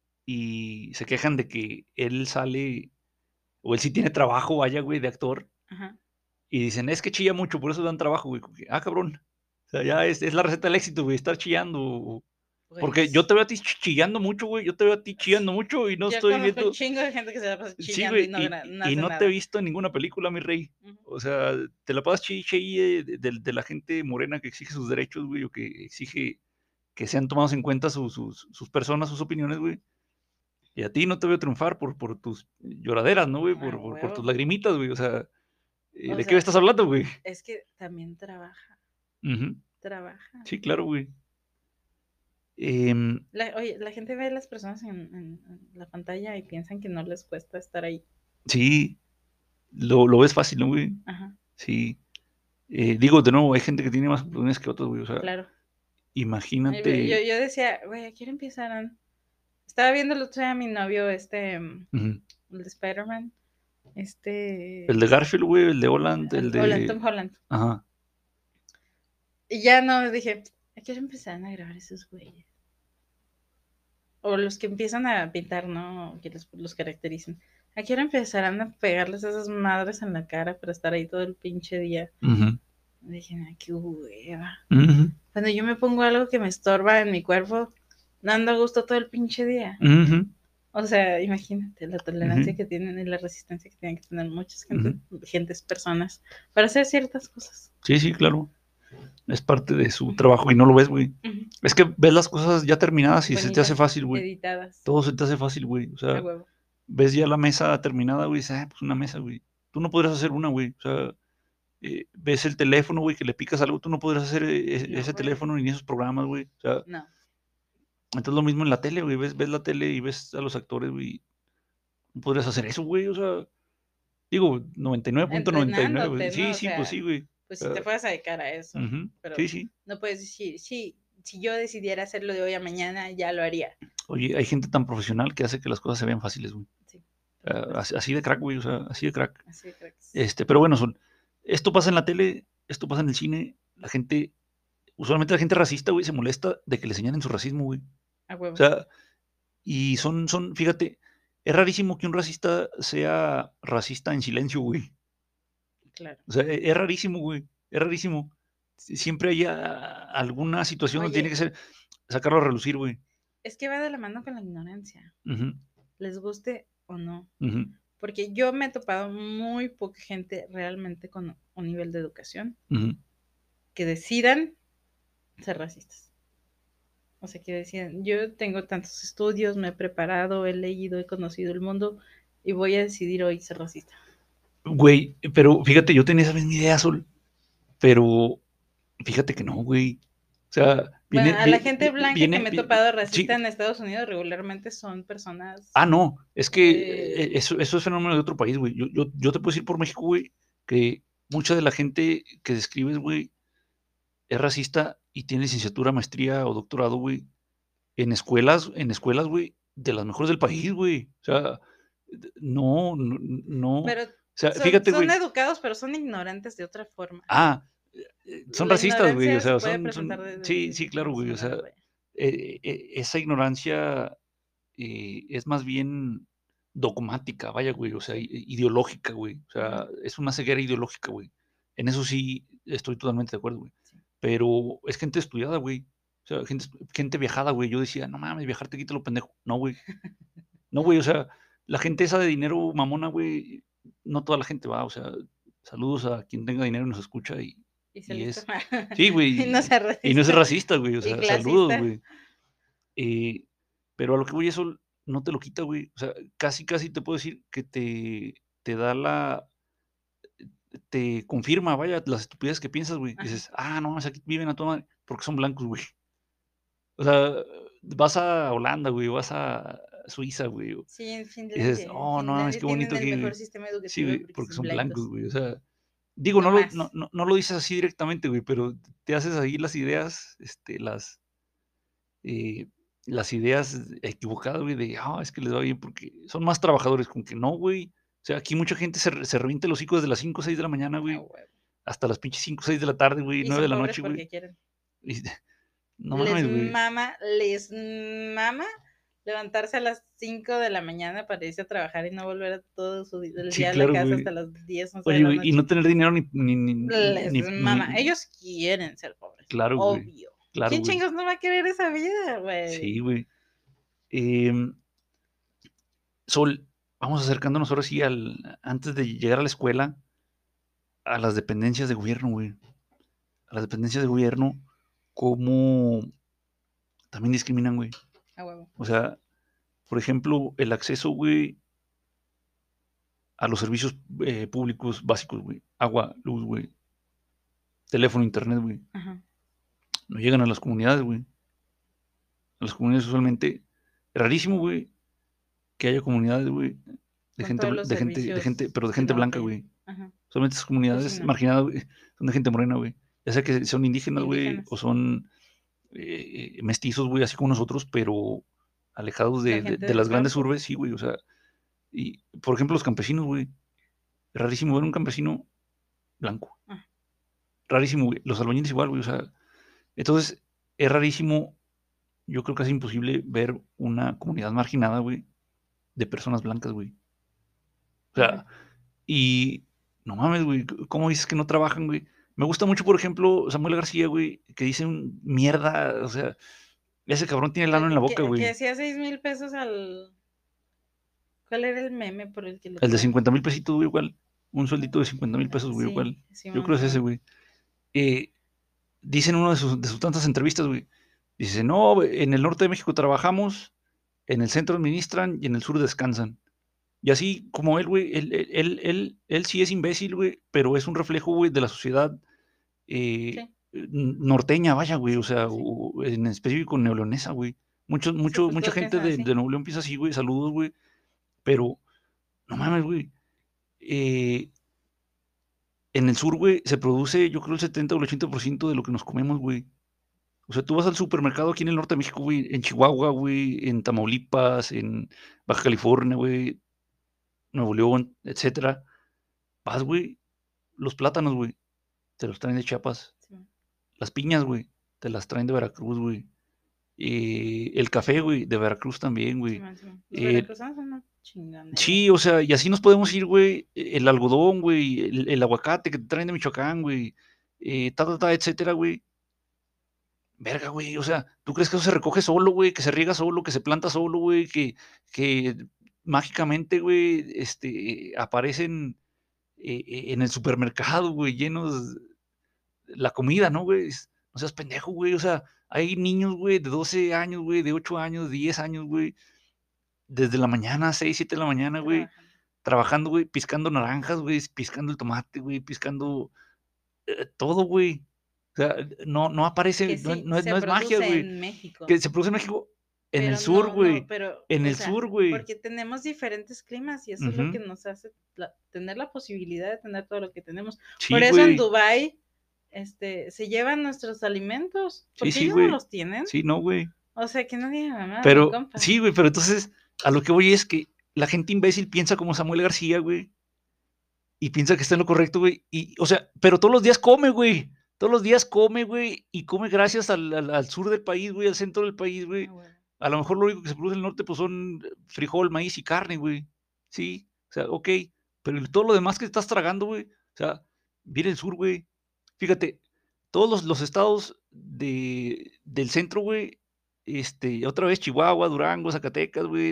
y se quejan de que él sale, o él sí tiene trabajo, vaya, güey, de actor, Ajá. y dicen, es que chilla mucho, por eso dan trabajo, güey. Como que, ah, cabrón. O sea, ya es la receta del éxito, güey, estar chillando. Porque yo Pues te veo a ti chillando mucho, güey. Yo te veo a ti chillando mucho y no yo estoy conozco un viendo. chingo de gente que se la pasa Sí, chillando y güey, no, no y hace no te he nada. visto en ninguna película, mi rey. Ujú. O sea, te la pasas chille de la gente morena que exige sus derechos, güey, o que exige que sean tomados en cuenta sus personas, sus opiniones, güey. Y a ti no te veo triunfar por tus lloraderas, ¿no, güey? Ah, Por tus huevo. lagrimitas, güey. O sea, O ¿de qué me sea, estás hablando, güey? es que también trabaja, Ujú. trabaja. Sí, claro, güey. Em, Oye, la gente ve a las personas en la pantalla y piensan que no les cuesta estar ahí. sí, lo ves fácil, ¿no, güey? Ajá, Sí. Digo, de nuevo, hay gente que tiene más oportunidades que otros, güey. O sea, claro. imagínate. Yo decía, güey, ¿a qué hora empiezan? Estaba viendo el otro día a mi novio, Ujú. el de Spider-Man, El de Garfield, güey, el de Holland, el Holland, de. Tom Holland. Ajá. Y ya no, dije, ¿a qué hora empezaron a grabar esos güeyes? O los que empiezan a pintar, ¿no? Que los caracterizan. ¿A qué hora empezarán a pegarles esas madres en la cara para estar ahí todo el pinche día? Ujú, Dije, ay, qué hueva. ujú, Cuando yo me pongo algo que me estorba en mi cuerpo, no ando a gusto todo el pinche día. ujú. O sea, imagínate la tolerancia Ujú, que tienen y la resistencia que tienen que tener muchas ujú. gentes, personas, para hacer ciertas cosas. Sí, sí, claro. Es parte de su trabajo y no lo ves, güey. Ujú. Es que ves las cosas ya terminadas y se te hace Bonitas, fácil, güey. editadas, Todo se te hace fácil, güey. O a sea, huevo. ves ya la mesa terminada, güey, y dices, pues una mesa, güey. Tú no podrías hacer una, güey. O sea, ves el teléfono, güey, que le picas algo, tú no podrías hacer No, ese güey. teléfono ni esos programas, güey. O sea, No. entonces lo mismo en la tele, güey. Ves la tele y ves a los actores, güey. No podrías hacer eso, güey. O sea, digo, 99.99, güey. Entrenándote, ¿no? Sí, O sí, pues sí, sea, güey. pues O si te sea, fueras a dedicar a eso, ujú. pero Sí, sí. no puedes decir, sí, si yo decidiera hacerlo de hoy a mañana, ya lo haría. Oye, hay gente tan profesional que hace que las cosas se vean fáciles, güey. Sí, por supuesto. Así de crack, güey. O sea, así de crack. Así creo que Pero bueno, esto pasa en la tele, esto pasa en el cine. Usualmente la gente racista, güey, se molesta de que le señalen su racismo, güey. a O huevo, sea, y fíjate, es rarísimo que un racista sea racista en silencio, güey. claro. O sea, es rarísimo, güey. Es rarísimo. Siempre hay alguna situación donde tiene que Oye, ser sacarlo a relucir, güey. es que va de la mano con la ignorancia, Ujú, les guste o no. ujú, Porque yo me he topado muy poca gente realmente con un nivel de educación ujú. que decidan ser racistas. O sea, que decían, yo tengo tantos estudios, me he preparado, he leído, he conocido el mundo y voy a decidir hoy ser racista. Güey, pero fíjate, yo tenía esa misma idea, Sol, pero fíjate que no, güey. O sea, Bueno, a la gente blanca que me he topado racista sí. en Estados Unidos regularmente son personas... No, es que eh, eso es fenómeno de otro país, güey. Yo te puedo decir por México, güey, que mucha de la gente que describes, güey, es racista y tiene licenciatura, maestría o doctorado, güey, en escuelas, güey, de las mejores del país, güey. O sea, no, no, no. O pero sea, son, fíjate, son güey. educados, pero son ignorantes de otra forma. Son La racistas, güey. O ignorancia se sea, puede presentar sí, de sí, claro, diferentes güey. O sea, maneras, vaya. esa ignorancia es más bien dogmática, vaya, güey, o sea, ideológica, güey. O Ujú, sea, es una ceguera ideológica, güey. En eso sí estoy totalmente de acuerdo, güey. sí. Pero es gente estudiada, güey. O sea, gente viajada, güey. Yo decía, no mames, viajar te quita lo pendejo. No, güey. No, güey, o sea, la gente esa de dinero mamona, güey, no toda la gente va. O sea, saludos a quien tenga dinero y nos escucha Y se y listo. es. Sí, Y no güey. sea Y no es racista racista, güey. O y sea, saludos, clasista. güey. Eh, pero a lo que voy, eso no te lo quita, güey. O sea, casi, casi te puedo decir que te da te confirma, vaya, las estupideces que piensas, güey. Ajá. Dices, no, es aquí viven a toda madre, porque son blancos, güey. O sea, vas a Holanda, güey, vas a Suiza, güey, Sí, en y dices, Finlandia. En oh, no mames, Finlandia qué tienen bonito el aquí, mejor güey. sistema Sí, educativo güey, porque porque son son blancos, blancos. güey. O sea, digo, No más. no lo dices así directamente, güey, pero te haces ahí las ideas, eh, las ideas equivocadas, güey, de, es que les va bien porque son más trabajadores, con que no, güey. O sea, aquí mucha gente se revienta los hocico desde las 5 o 6 de la mañana, Ah, güey, huevo. hasta las pinches 5 o 6 de la tarde, güey, Y 9 de son la pobres noche, güey. porque quieren. Y no mames, güey. Les mama levantarse a las 5 de la mañana para irse a trabajar y no volver a todo el Sí, día a la claro, casa güey. hasta las 10 11 de Oye, la güey, y no noche. tener dinero Les mama. ni Ellos quieren ser pobres, claro, güey. obvio. Claro, ¿Quién güey. chingos no va a querer esa vida, güey? Sí, güey. Em, Sol, vamos acercándonos ahora sí antes de llegar a la escuela, a las dependencias de gobierno, güey. A las dependencias de gobierno, cómo también discriminan, güey. A huevo. O sea, por ejemplo, el acceso, güey, a los servicios públicos básicos, güey. Agua, luz, güey. Teléfono, internet, güey. Ajá. No llegan a las comunidades, güey. A las comunidades usualmente. Es rarísimo, güey, que haya comunidades, güey, Con todos los servicios pero de que gente no blanca, hay. güey. Ajá. Solamente esas Pues sí, comunidades no. marginadas, güey, son de gente morena, güey. Ya sea que son indígenas, güey, o Indígenas. son mestizos, güey, así como nosotros, pero alejados La de gente de del las grandes campo. urbes, sí, güey. O sea, y por ejemplo, los campesinos, güey. Es rarísimo ver un campesino blanco. Ah, Rarísimo, güey. Los albañiles igual, güey. O sea, entonces es rarísimo. Yo creo que es imposible ver una comunidad marginada, güey, de personas blancas, güey. O ajá. sea, y no mames, güey. ¿Cómo dices que no trabajan, güey? Me gusta mucho, por ejemplo, Samuel García, güey, que dice mierda. O sea, ese cabrón tiene el ano en la boca, Que güey. hacía 6,000 pesos al. ¿Cuál era el meme por el que lo El de traen? 50,000 pesitos, güey, igual. Un sueldito de 50,000 pesos, güey, Sí, igual. Yo Simón, creo que es ese, Simón. güey. Dice en una de sus tantas entrevistas, güey, dice, no, en el norte de México trabajamos, en el centro administran y en el sur descansan. Y así como él, güey, él sí es imbécil, güey, pero es un reflejo, güey, de la sociedad Sí, norteña, vaya, güey, o sí, sea, sí. en específico neoleonesa, güey. Sí, pues Mucha todos gente piensan de así. Nuevo León piensa así, güey, saludos, güey, pero no mames, güey. eh, en el sur, güey, se produce, yo creo, el 70 o el 80% de lo que nos comemos, güey. O sea, tú vas al supermercado aquí en el norte de México, güey, en Chihuahua, güey, en Tamaulipas, en Baja California, güey, Nuevo León, etcétera. Vas, güey, los plátanos, güey, te los traen de Chiapas. Simón, Las piñas, güey, te las traen de Veracruz, güey. El café, güey, de Veracruz también, güey. Simón, Simón. Los Eh, veracruzanos son una chingonera. sí, o sea, y así nos podemos ir, güey. El algodón, güey, el aguacate que te traen de Michoacán, güey. Etcétera, güey. Verga, güey, o sea, ¿tú crees que eso se recoge solo, güey? Que se riega solo, que se planta solo, güey, que mágicamente, güey, aparecen en el supermercado, güey, llenos la comida, ¿no, güey? No seas pendejo, güey, o sea, hay niños, güey, de 12 años, güey, de 8 años, 10 años, güey, desde la mañana, 6, 7 de la mañana, güey, Trabajando. trabajando, güey, piscando naranjas, güey, piscando el tomate, güey, piscando todo, güey. O sea, no aparece, Que sí, no se es magia, produce güey. en México. Que se produce en México, en el Pero sur, no, no, güey. pero, En o el sea, sur, güey. porque tenemos diferentes climas y eso es lo que Ujú. nos hace tener la posibilidad de tener todo lo que tenemos. Sí, Por eso en güey. Dubái, se llevan nuestros alimentos, Sí, porque sí, ellos no güey. los tienen. Sí, no, güey. O sea, que no diga mamá, mi Pero, compa. sí, güey, pero entonces, a lo que voy es que la gente imbécil piensa como Samuel García, güey, y piensa que está en lo correcto, güey. Y, o sea, pero todos los días come, güey. Todos los días come, güey, y come gracias al sur del país, güey, al centro del país, Ah, güey. bueno. A lo mejor lo único que se produce en el norte, pues son frijol, maíz y carne, güey. Sí, o sea, ok. Pero todo lo demás que estás tragando, güey, o sea, viene el sur, güey. Fíjate, todos los estados del centro, güey, otra vez Chihuahua, Durango, Zacatecas, güey,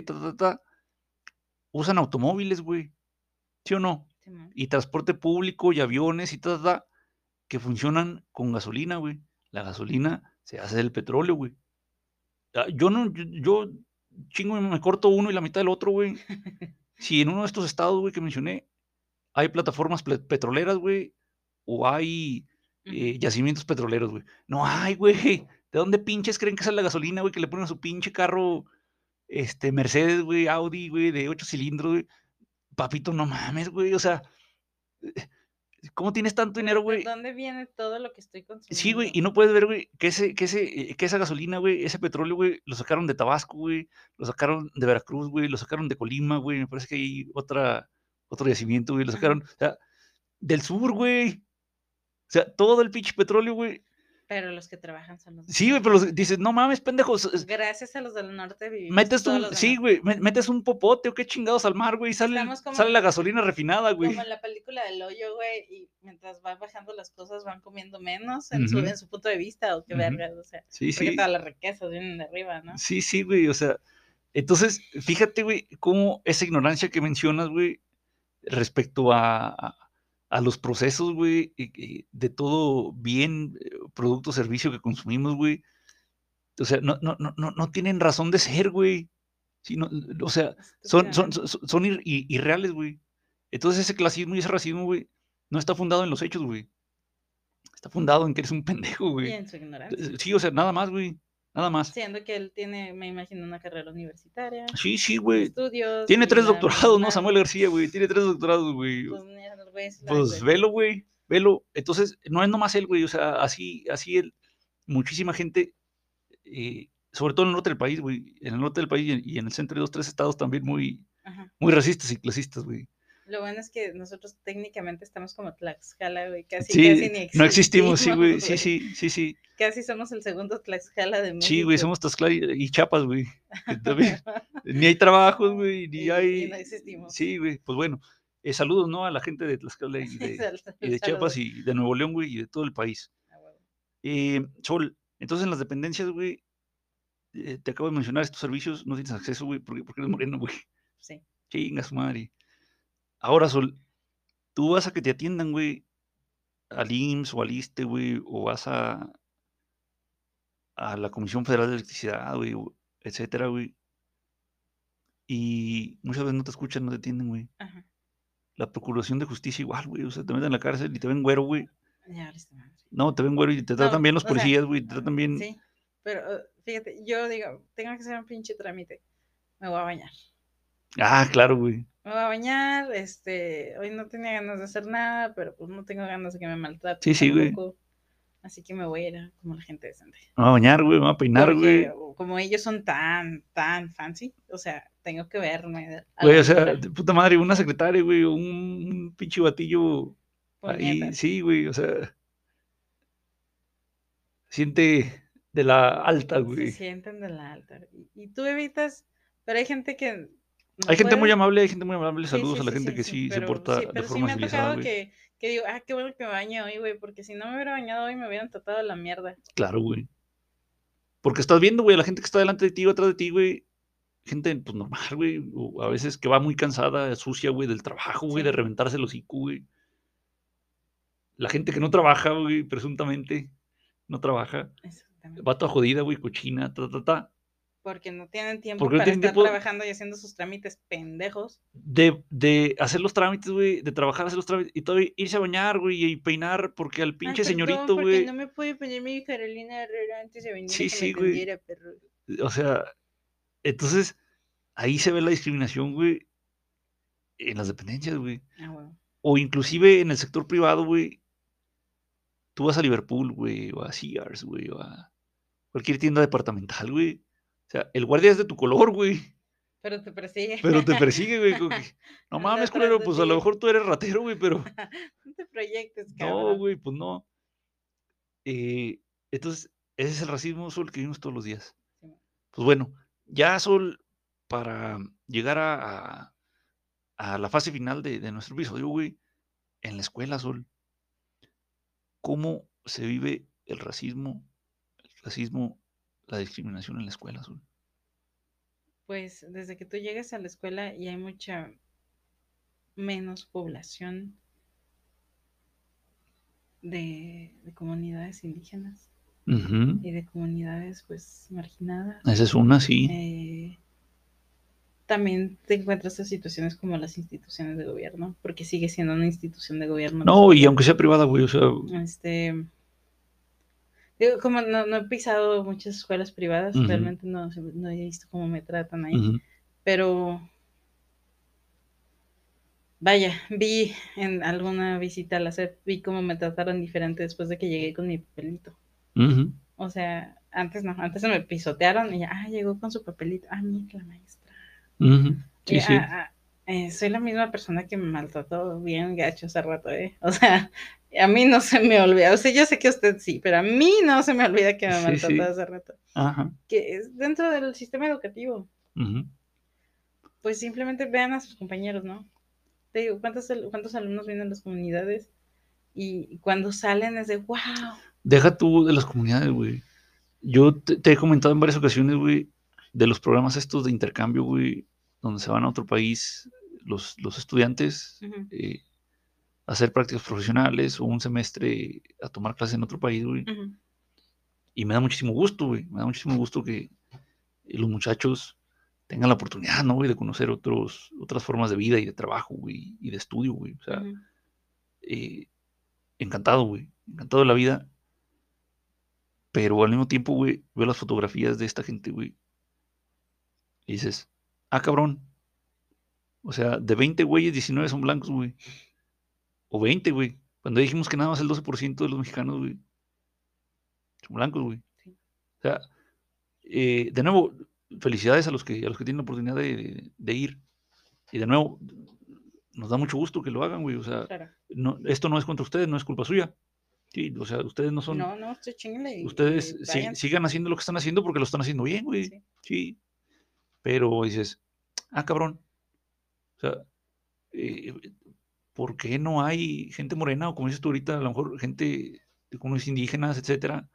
usan automóviles, güey. ¿Sí o no? Simón. Y transporte público y aviones y que funcionan con gasolina, güey. La gasolina se hace del petróleo, güey. Yo no, yo chingo, me corto uno y la mitad del otro, güey. Si en uno de estos estados, güey, que mencioné, hay plataformas petroleras, güey, o hay Ujú. yacimientos petroleros, güey. No hay, güey. ¿De dónde pinches creen que sale la gasolina, güey, que le ponen a su pinche carro, Mercedes, güey, Audi, güey, de 8 cilindros, güey? Papito, no mames, güey. O sea, ¿cómo tienes tanto dinero, ¿De güey? dónde viene todo lo que estoy Sí, güey, consumiendo? y no puedes ver, güey, que esa gasolina, güey, ese petróleo, güey, lo sacaron de Tabasco, güey, lo sacaron de Veracruz, güey, lo sacaron de Colima, güey, me parece que hay otro yacimiento, güey, lo Ajá. sacaron, o sea, del sur, güey. O sea, todo el pinche petróleo, güey. Pero los que trabajan son los del Sí, güey, pero norte. dices, no mames, pendejos, Gracias a los del norte vivimos todos los sí, demás. güey, metes un popote o qué chingados al mar, güey, y Estamos sale la gasolina refinada, como güey. en la película del hoyo, güey, y mientras van bajando las cosas van comiendo menos Ujú, en su punto de vista, o qué ujú. vergas, o sea, Sí, porque todas sí, las riquezas vienen de arriba, ¿no? sí, sí, güey, o sea, entonces, fíjate, güey, cómo esa ignorancia que mencionas, güey, respecto a los procesos, güey, de todo bien, producto o servicio que consumimos, güey. O sea, no tienen razón de ser, güey. Sí, o sea, Estúpidamente. son irreales, güey. Entonces ese clasismo y ese racismo, güey, no está fundado en los hechos, güey. Está fundado en que eres un pendejo, Y güey. en su ignorancia. Sí, o sea, nada más, güey. Nada más. Siendo que él tiene, me imagino, una carrera universitaria, Sí, sí, y güey. estudios, Tiene y 3 bla, bla, doctorados, ¿no? bla. Samuel García, güey. Tiene 3 doctorados, güey. Pues mira, el güey se la Pues invirtió. velo, güey. Velo. Entonces, no es nomás él, güey. O sea, así muchísima gente, sobre todo en el norte del país, güey. En el norte del país y en el centro de 2, 3 estados también Ajá. muy racistas y clasistas, güey. Lo bueno es que nosotros técnicamente estamos como Tlaxcala, güey, casi, casi Sí, ni no existimos, sí, existimos, güey. Sí, güey. sí, sí, sí. Casi somos el segundo Tlaxcala de Sí, güey, México. somos Tlaxcala y Chiapas, güey. Que también ni hay trabajos, güey, ni Y no hay. existimos. Sí, güey, pues bueno. Saludos, ¿no? A la gente de Tlaxcala y de Chiapas Saludos. y de Nuevo León, güey, y de todo el país. Ah, huevo. Sol, entonces en las dependencias, güey, te acabo de mencionar estos servicios, no tienes acceso, güey, porque eres moreno, güey. Sí. Chinga su madre. Ahora, Sol, tú vas a que te atiendan, güey, al IMSS o al ISSSTE, güey, o vas a la Comisión Federal de Electricidad, güey, etcétera, güey. Y muchas veces no te escuchan, no te atienden, güey. Ajá. La Procuración de Justicia igual, güey. O sea, te meten en la cárcel y te ven güero, güey. Ya, listo, madre. No, te ven güero y te tratan No, bien los o sea, policías, güey. Te tratan bien. sí, pero fíjate, yo digo, tengo que hacer un pinche trámite, me voy a bañar. Ah, claro, güey. Me voy a bañar, hoy no tenía ganas de hacer nada, pero pues no tengo ganas de que me maltraten Sí, sí, güey. tampoco, así que me voy a ir como la gente decente. Me voy a bañar, güey. Me voy a peinar, Porque güey. como ellos son tan fancy, o sea, tengo que verme a Güey, la o sea, altura. de puta madre, una secretaria, güey, o un pinche batillo ahí. Puñetas. Sí, güey, o sea, siente de la alta, Se güey. sienten de la alta. Y tú evitas, pero hay gente que Hay no gente muy puede. amable, hay gente muy amable. Sí, Saludos sí, a la sí, gente sí, que sí, sí se porta de pero sí forma me ha civilizada, tocado güey. que digo, qué bueno que me bañe hoy, güey, porque si no me hubiera bañado hoy me hubieran tratado de la mierda. Claro, güey. Porque estás viendo, güey, a la gente que está delante de ti o atrás de ti, güey. Gente, pues normal, güey. O a Sí, veces que va muy cansada, sucia, güey, del trabajo, güey, de sí, reventarse el hocico, güey. La gente que no trabaja, güey, presuntamente no trabaja. exactamente. Va toda jodida, güey, cochina, ta. Porque no tienen tiempo Porque no para tienen estar tiempo trabajando y haciendo sus trámites pendejos. de hacer los trámites, güey, de trabajar, hacer los trámites y todavía irse a bañar, güey, y peinar, porque al Ay, pinche perdón, señorito, porque no güey. me pude poner mi Carolina Herrera antes de venir a Sí, que me sí, güey. atendiera, perro. O sea, entonces ahí se ve la discriminación, güey, en las dependencias, güey. Ah, bueno. O inclusive en el sector privado, güey. Tú vas a Liverpool, güey, o a Sears, güey, o a cualquier tienda departamental, güey. O sea, el guardia es de tu color, güey, Pero te persigue. pero te persigue, güey. No Anda mames, atrás culero, de pues a lo ti. mejor tú eres ratero, güey, pero No te proyectes, no, cabrón. güey, pues no. Eh, entonces, ese es el racismo, Sol, que vimos todos los días. Sí, Pues bueno, ya, Sol, para llegar a la fase final de nuestro episodio, güey, en la escuela, Sol, ¿cómo se vive el racismo, la discriminación en la escuela, Sol? pues desde que tú llegas a la escuela y hay mucha menos población de comunidades indígenas Ujú. y de comunidades pues marginadas. Esa es una, sí. También te encuentras en situaciones como las instituciones de gobierno, porque sigue siendo una institución de gobierno la No, y escuela. aunque sea privada, güey, o sea, Digo, como no he pisado muchas escuelas privadas, ujú, realmente no he visto cómo me tratan ahí, ujú, pero vaya, vi en alguna visita a la SEP, vi cómo me trataron diferente después de que llegué con mi papelito. ujú, O sea, antes no, antes se me pisotearon y ya, llegó con su papelito. Mira la maestra. ujú. Y, Sí, sí. soy la misma persona que me maltrató bien gacho hace rato, ¿eh? O sea, a mí no se me olvida, o sea, yo sé que usted sí, pero a mí no se me olvida que me Sí, maltrató sí. hace rato. Ajá. Que es dentro del sistema educativo, Ujú. pues simplemente vean a sus compañeros, ¿no? Te digo, ¿cuántos alumnos vienen a las comunidades? Y cuando salen es de, wow. Deja tú de las comunidades, güey. Yo te he comentado en varias ocasiones, güey, de los programas estos de intercambio, güey, donde se van a otro país los estudiantes Uh-huh, a hacer prácticas profesionales o un semestre a tomar clases en otro país, güey. uh-huh. Y me da muchísimo gusto, güey. Me da muchísimo gusto que los muchachos tengan la oportunidad, ¿no, güey? De conocer otras formas de vida y de trabajo, güey, y de estudio, güey. O sea, Uh-huh. eh, encantado, güey. Encantado de la vida. Pero al mismo tiempo, güey, veo las fotografías de esta gente, güey. Y dices, cabrón. O sea, de 20 güeyes, 19 son blancos, güey. O 20, güey. Cuando dijimos que nada más el 12% de los mexicanos, güey, son blancos, güey. Sí. O sea, de nuevo, felicidades a los que tienen la oportunidad de ir. Y de nuevo, nos da mucho gusto que lo hagan, güey. O sea, Claro. no, esto no es contra ustedes, no es culpa suya. Sí, o sea, ustedes no son, No, usted chingle y ustedes vayan. sigan haciendo lo que están haciendo porque lo están haciendo bien, güey. Sí. Sí, pero dices, cabrón. O sea, eh, ¿por qué no hay gente morena o como dices tú ahorita, a lo mejor gente de comunidades indígenas, etcétera,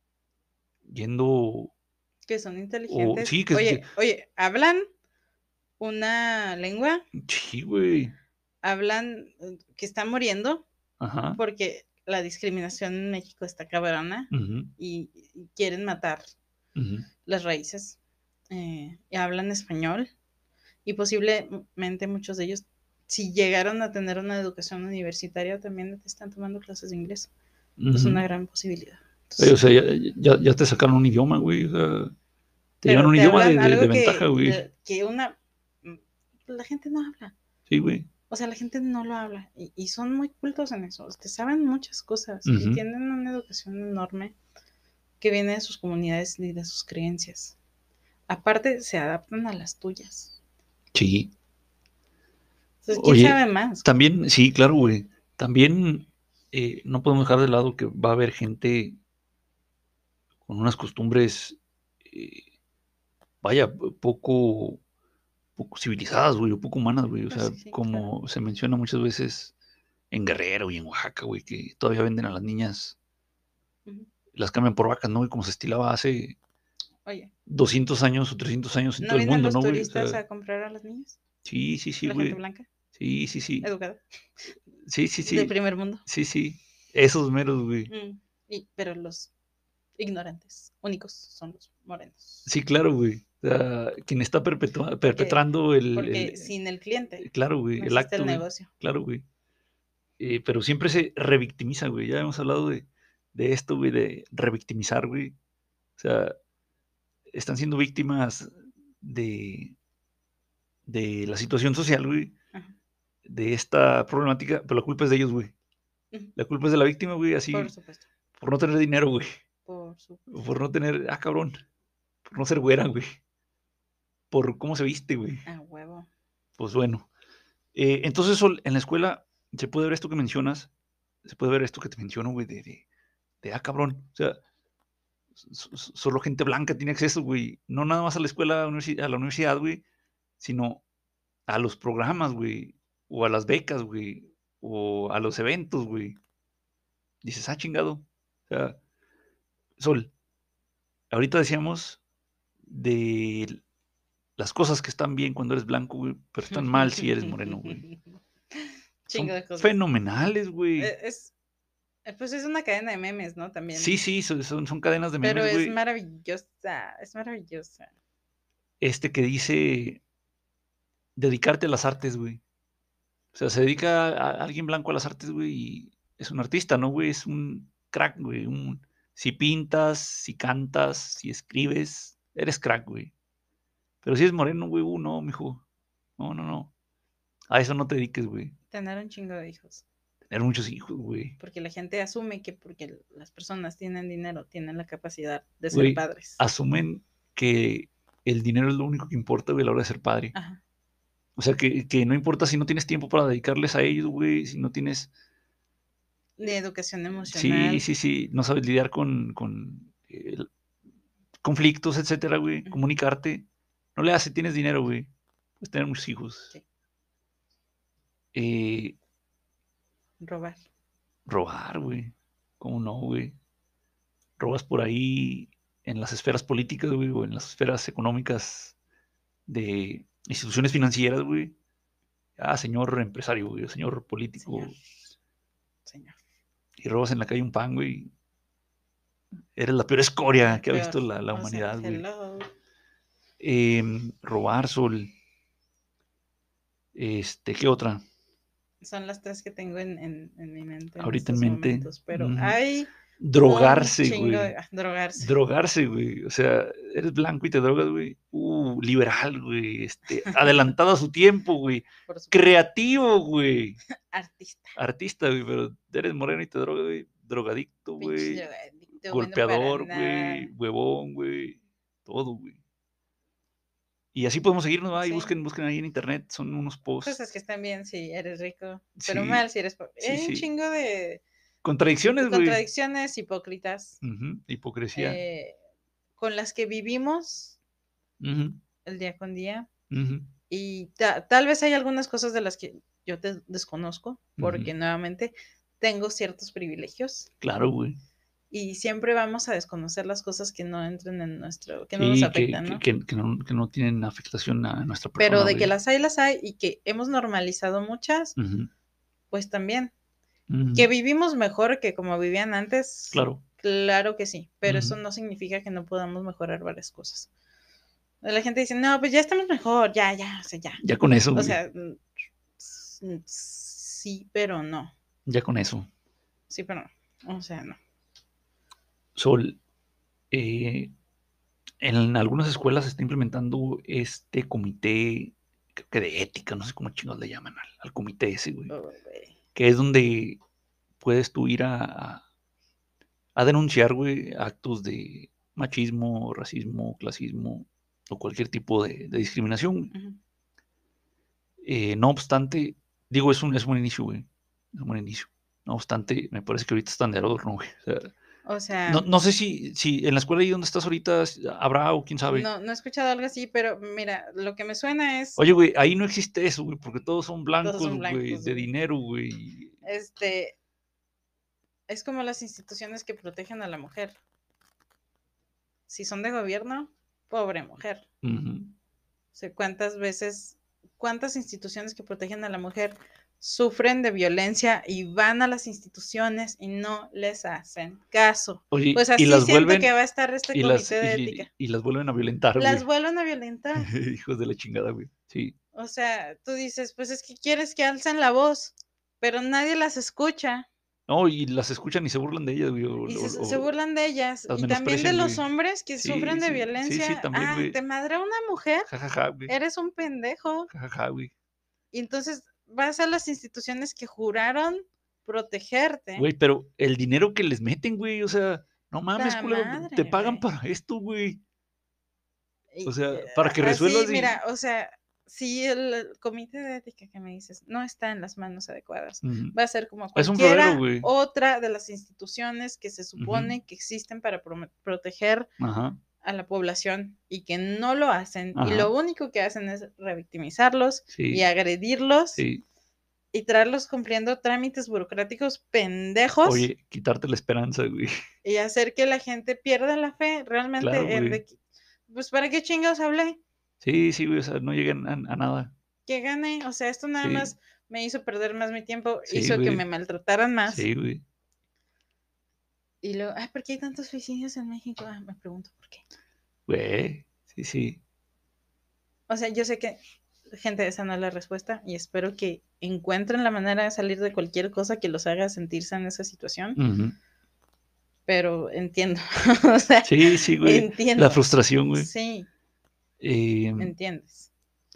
yendo Que son o inteligentes. sí, que Oye, hablan una lengua, Sí, güey. hablan que están muriendo Ajá. porque la discriminación en México está cabrona Ujú, y quieren matar ujú. las raíces. Y hablan español y posiblemente muchos de ellos, si llegaron a tener una educación universitaria, también están tomando clases de inglés. Es Ujú. una gran posibilidad. O Entonces, sea, ya te sacaron un idioma, güey. O sea, te llevan pero un te idioma hablan de algo ventaja, güey. que la gente no habla. Sí, güey. O sea, la gente no lo habla y son muy cultos en eso. Saben muchas cosas y Ujú. tienen una educación enorme que viene de sus comunidades y de sus creencias. Aparte, se adaptan a las tuyas. Sí. Entonces, ¿quién Oye, sabe más? también, sí, claro, güey. También no podemos dejar de lado que va a haber gente con unas costumbres, eh, vaya, poco civilizadas, güey, o poco humanas, güey. O Pues sea, sí, sí, claro. como se menciona muchas veces en Guerrero y en Oaxaca, güey, que todavía venden a las niñas, Ujú. las cambian por vacas, ¿no? Güey? Como se estilaba hace Oye, 200 años o 300 años en ¿no todo el vienen mundo, los ¿no, güey? O turistas sea, a comprar a las niñas? sí, sí, sí, La gente güey. blanca, Sí, sí, sí. educada, Sí, sí, de sí. primer mundo. Sí, sí. Esos meros, güey. Pero los ignorantes únicos son los morenos. Sí, claro, güey. O sea, quien está Porque, perpetrando porque sin el cliente claro, güey, no el existe acto, el güey. negocio. Claro, güey. Pero siempre se revictimiza, güey. Ya hemos hablado de esto, güey, de revictimizar, güey. O sea, están siendo víctimas de, de la situación social, güey, Ajá. de esta problemática, pero la culpa es de ellos, güey. Ujú. La culpa es de la víctima, güey, Por así, supuesto, por no tener dinero, güey. por supuesto. Por no tener, cabrón, por no ser güera, güey. Por cómo se viste, güey. A huevo. Pues bueno. Entonces, Sol, en la escuela se puede ver esto que mencionas, se puede ver esto que te menciono, güey, cabrón. O sea, solo gente blanca tiene acceso, güey. No nada más a la escuela, a la universidad, güey, sino a los programas, güey, o a las becas, güey, o a los eventos, güey. Dices, chingado. O sea, Sol, ahorita decíamos de las cosas que están bien cuando eres blanco, güey, pero están mal si eres moreno, güey. Chingo Son de cosas. fenomenales, güey. Es, pues es una cadena de memes, ¿no? Sí, También. sí, son cadenas de Pero memes, güey. es maravillosa. Este que dice dedicarte a las artes, güey. O sea, se dedica a alguien blanco a las artes, güey, y es un artista, ¿no, güey? Es un crack, güey. Si pintas, si cantas, si escribes, eres crack, güey. Pero si eres moreno, güey, no, mijo. No, no, no. A eso no te dediques, güey. Tener un chingo de hijos. Tener muchos hijos, güey. Porque la gente asume que porque las personas tienen dinero, tienen la capacidad de ser Güey, padres. asumen que el dinero es lo único que importa, güey, a la hora de ser padre. Ajá. O sea, que no importa si no tienes tiempo para dedicarles a ellos, güey, si no tienes. Ni educación Sí, emocional. sí, sí, no sabes lidiar con conflictos, etcétera, güey, Ujú. comunicarte. No le hace, tienes dinero, güey. Puedes tener muchos hijos. Sí. Eh, Robar. robar, güey. ¿Cómo no, güey? Robas por ahí en las esferas políticas, güey, o en las esferas económicas de instituciones financieras, güey. Señor empresario, güey, señor Señor. político, Señor. y robas en la calle un pan, güey. Eres la peor escoria La que ha peor. visto la O sea, humanidad, güey. hello. Robar, Sol. ¿Qué otra? Son las tres que tengo en mi mente en Ahorita en estos mente. momentos. Pero hay un Drogarse, chingo güey. de drogarse. Drogarse, güey. O sea, eres blanco y te drogas, güey. Liberal, güey. Adelantado a su tiempo, güey. Por supuesto. Creativo, güey. Artista. Artista, güey, pero eres moreno y te drogas, güey. Drogadicto, Pinche güey. drogadicto, bueno para Golpeador, güey. nada. Huevón, güey. Todo, güey. Y así podemos seguirnos, ¿va? Y Sí. busquen ahí en internet. Son unos Cosas que posts. están bien si eres rico, pero Sí, mal si eres pobre. sí, Hay un sí. chingo Contradicciones, de güey. contradicciones hipócritas Hipocresía. eh, con las que vivimos Ujú, el día con día. ujú, Y tal vez hay algunas cosas de las que yo te desconozco, ujú. porque nuevamente tengo ciertos privilegios Claro, güey. y siempre vamos a desconocer las cosas que no entren en nuestro, que no nos Sí, afectan, ¿no? que no tienen afectación a nuestra Pero persona, de que güey. las hay y que hemos normalizado muchas, Ujú, pues también. ujú, Que vivimos mejor que como vivían antes, claro. claro que sí, pero eso Ujú. no significa que no podamos mejorar varias cosas. La gente dice, no, pues ya estamos mejor, ya, o sea, ya. Ya con eso, O güey. sea, sí, pero no. Ya con eso. Sí, pero no. O sea, no. Sol, eh, en algunas escuelas se está implementando este comité, creo que de ética, no sé cómo chingados le llaman al comité ese, güey. Oh, güey. Que es donde puedes tú ir a denunciar, güey, actos de machismo, racismo, clasismo o cualquier tipo de discriminación, güey. Ujú. No obstante, digo, es un buen inicio, güey. Es un buen inicio. No obstante, me parece que ahorita están de adorno, güey. O sea, O no, sea, no sé si en la escuela ahí donde estás ahorita habrá o quién sabe. no he escuchado algo así, pero mira, lo que me suena es, Oye, güey, ahí no existe eso, güey, porque todos son todos blancos, son güey, blancos, de güey. dinero, güey. Este, es como las instituciones que protegen a la mujer. Si son de gobierno, pobre mujer. Ujú. O sea, cuántas instituciones que protegen a la mujer sufren de violencia y van a las instituciones y no les hacen caso. Oye, Pues y así las siento que vuelven, va a estar este comité de ética. y las vuelven a violentar, Las güey. vuelven a violentar. Hijos de la chingada, güey. Sí. O sea, tú dices, pues es que quieres que alcen la voz, pero nadie las escucha No, y las escuchan y se burlan de ellas, güey. y se burlan de ellas. Las Y también de menosprecian, los güey. hombres que Sí, sufren de sí, sí, sí, violencia. también, Ah, güey. te madre una mujer, Ja, ja, ja, güey. eres un pendejo. Ja, ja, ja, güey. Y entonces vas a las instituciones que juraron protegerte. Güey, pero el dinero que les meten, güey, o sea, no mames, Ta culero, te madre, pagan güey. para esto, güey. O Y, sea, para que así, resuelvas y... mira, o sea, si el comité de ética que me dices no está en las manos adecuadas, Ujú. va a ser como Es un florero, cualquiera güey. otra de las instituciones que se Ujú. supone que existen para proteger Ajá, a la población y que no lo hacen y ajá. lo único que hacen es revictimizarlos y Sí, agredirlos sí. y traerlos cumpliendo trámites burocráticos pendejos Oye, quitarte la esperanza, güey. y hacer que la gente pierda la fe Claro, realmente en güey. de que, pues para qué chingados hablé, Sí, sí, güey, o sea, no lleguen a nada. que gane, o sea, esto nada Sí, más me hizo perder más mi tiempo, sí, hizo que me güey. maltrataran más Sí, güey. y luego, ay, ¿por qué hay tantos suicidios en México? Ah, me pregunto por qué. Güey, sí, sí. O sea, yo sé que gente esa no es la respuesta y espero que encuentren la manera de salir de cualquier cosa que los haga sentirse en esa situación, Ujú. pero entiendo, o sea, Sí, sí, güey. La entiendo, frustración, güey. sí, Eh, ¿me entiendes?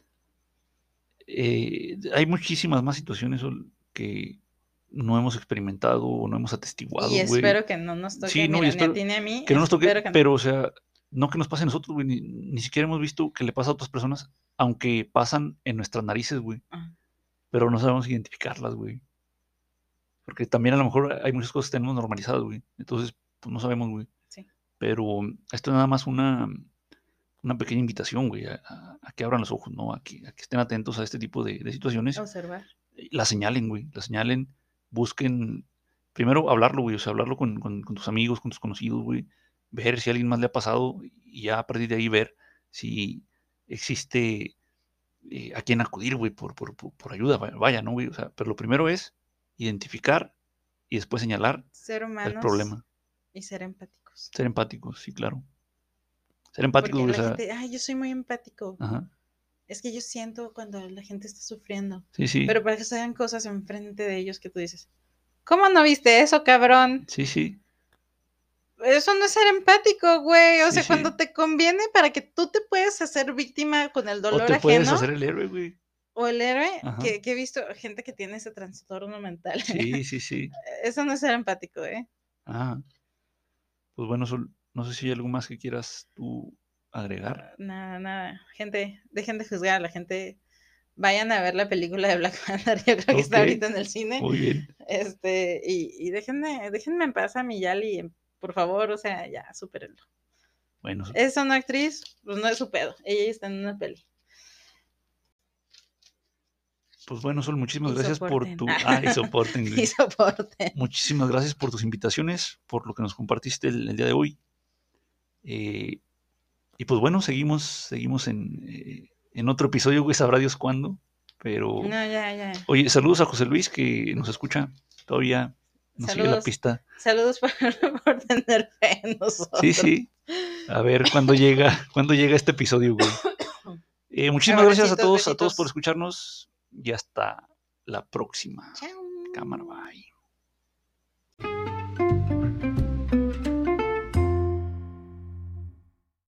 hay muchísimas más situaciones que no hemos experimentado o no hemos atestiguado, Y güey. espero que no nos toque, Sí, no, y mira, ni a espero ti ni a mí, que no nos toque, espero que no. pero, o sea, no que nos pase a nosotros, güey, ni siquiera hemos visto que le pasa a otras personas, aunque pasan en nuestras narices, güey, Ah, pero no sabemos identificarlas, güey. Porque también a lo mejor hay muchas cosas que tenemos normalizadas, güey. Entonces, pues no sabemos, güey. sí, Pero esto es nada más una pequeña invitación, güey, a que abran los ojos, ¿no? A que estén atentos a este tipo de situaciones. observar. La señalen, güey, la señalen, busquen, primero hablarlo, güey, o sea, hablarlo con tus amigos, con tus conocidos, güey, ver si a alguien más le ha pasado y ya a partir de ahí ver si existe a quién acudir, güey, por ayuda, vaya, ¿no, güey? O sea, pero lo primero es identificar y después señalar Ser el humanos problema. y ser empáticos. Ser empáticos, sí, claro. Ser empáticos, Porque güey, o la sea, gente, ay, yo soy muy empático. ajá, Es que yo siento cuando la gente está sufriendo. sí, sí, Pero para que se hagan cosas enfrente de ellos que tú dices, ¿cómo no viste eso, cabrón? sí, sí, Eso no es ser empático, güey. O sí, sea, cuando sí. te conviene para que tú te puedas hacer víctima con el O dolor te puedes ajeno hacer el héroe, güey. o el héroe, Ajá, que he visto gente que tiene ese trastorno mental. sí, sí, sí. Eso no es ser empático, ¿eh? Ajá. Pues bueno, Sol, no sé si hay algo más que quieras tú agregar. Nada, nada. Gente, dejen de juzgar a la gente. Vayan a ver la película de Black Panther. Yo creo que Ok, está ahorita en el cine. muy bien. Y déjenme en paz a mi Yali, por favor, o sea, ya, supérenlo. Bueno, Es una actriz, pues no es su pedo. Ella está en una peli. Pues bueno, Sol, muchísimas Y gracias por soporten. tu... y soporten, güey. Y soporten. Muchísimas gracias por tus invitaciones, por lo que nos compartiste el día de hoy. Y pues bueno, seguimos en otro episodio, güey, sabrá Dios cuándo. Pero, No, ya. oye, saludos a José Luis que nos escucha todavía, nos sigue la pista. Saludos por tener fe en nosotros. Sí. A ver cuándo llega este episodio, güey. Muchísimas gracias a todos por escucharnos y hasta la próxima. Chao. Cámara, bye.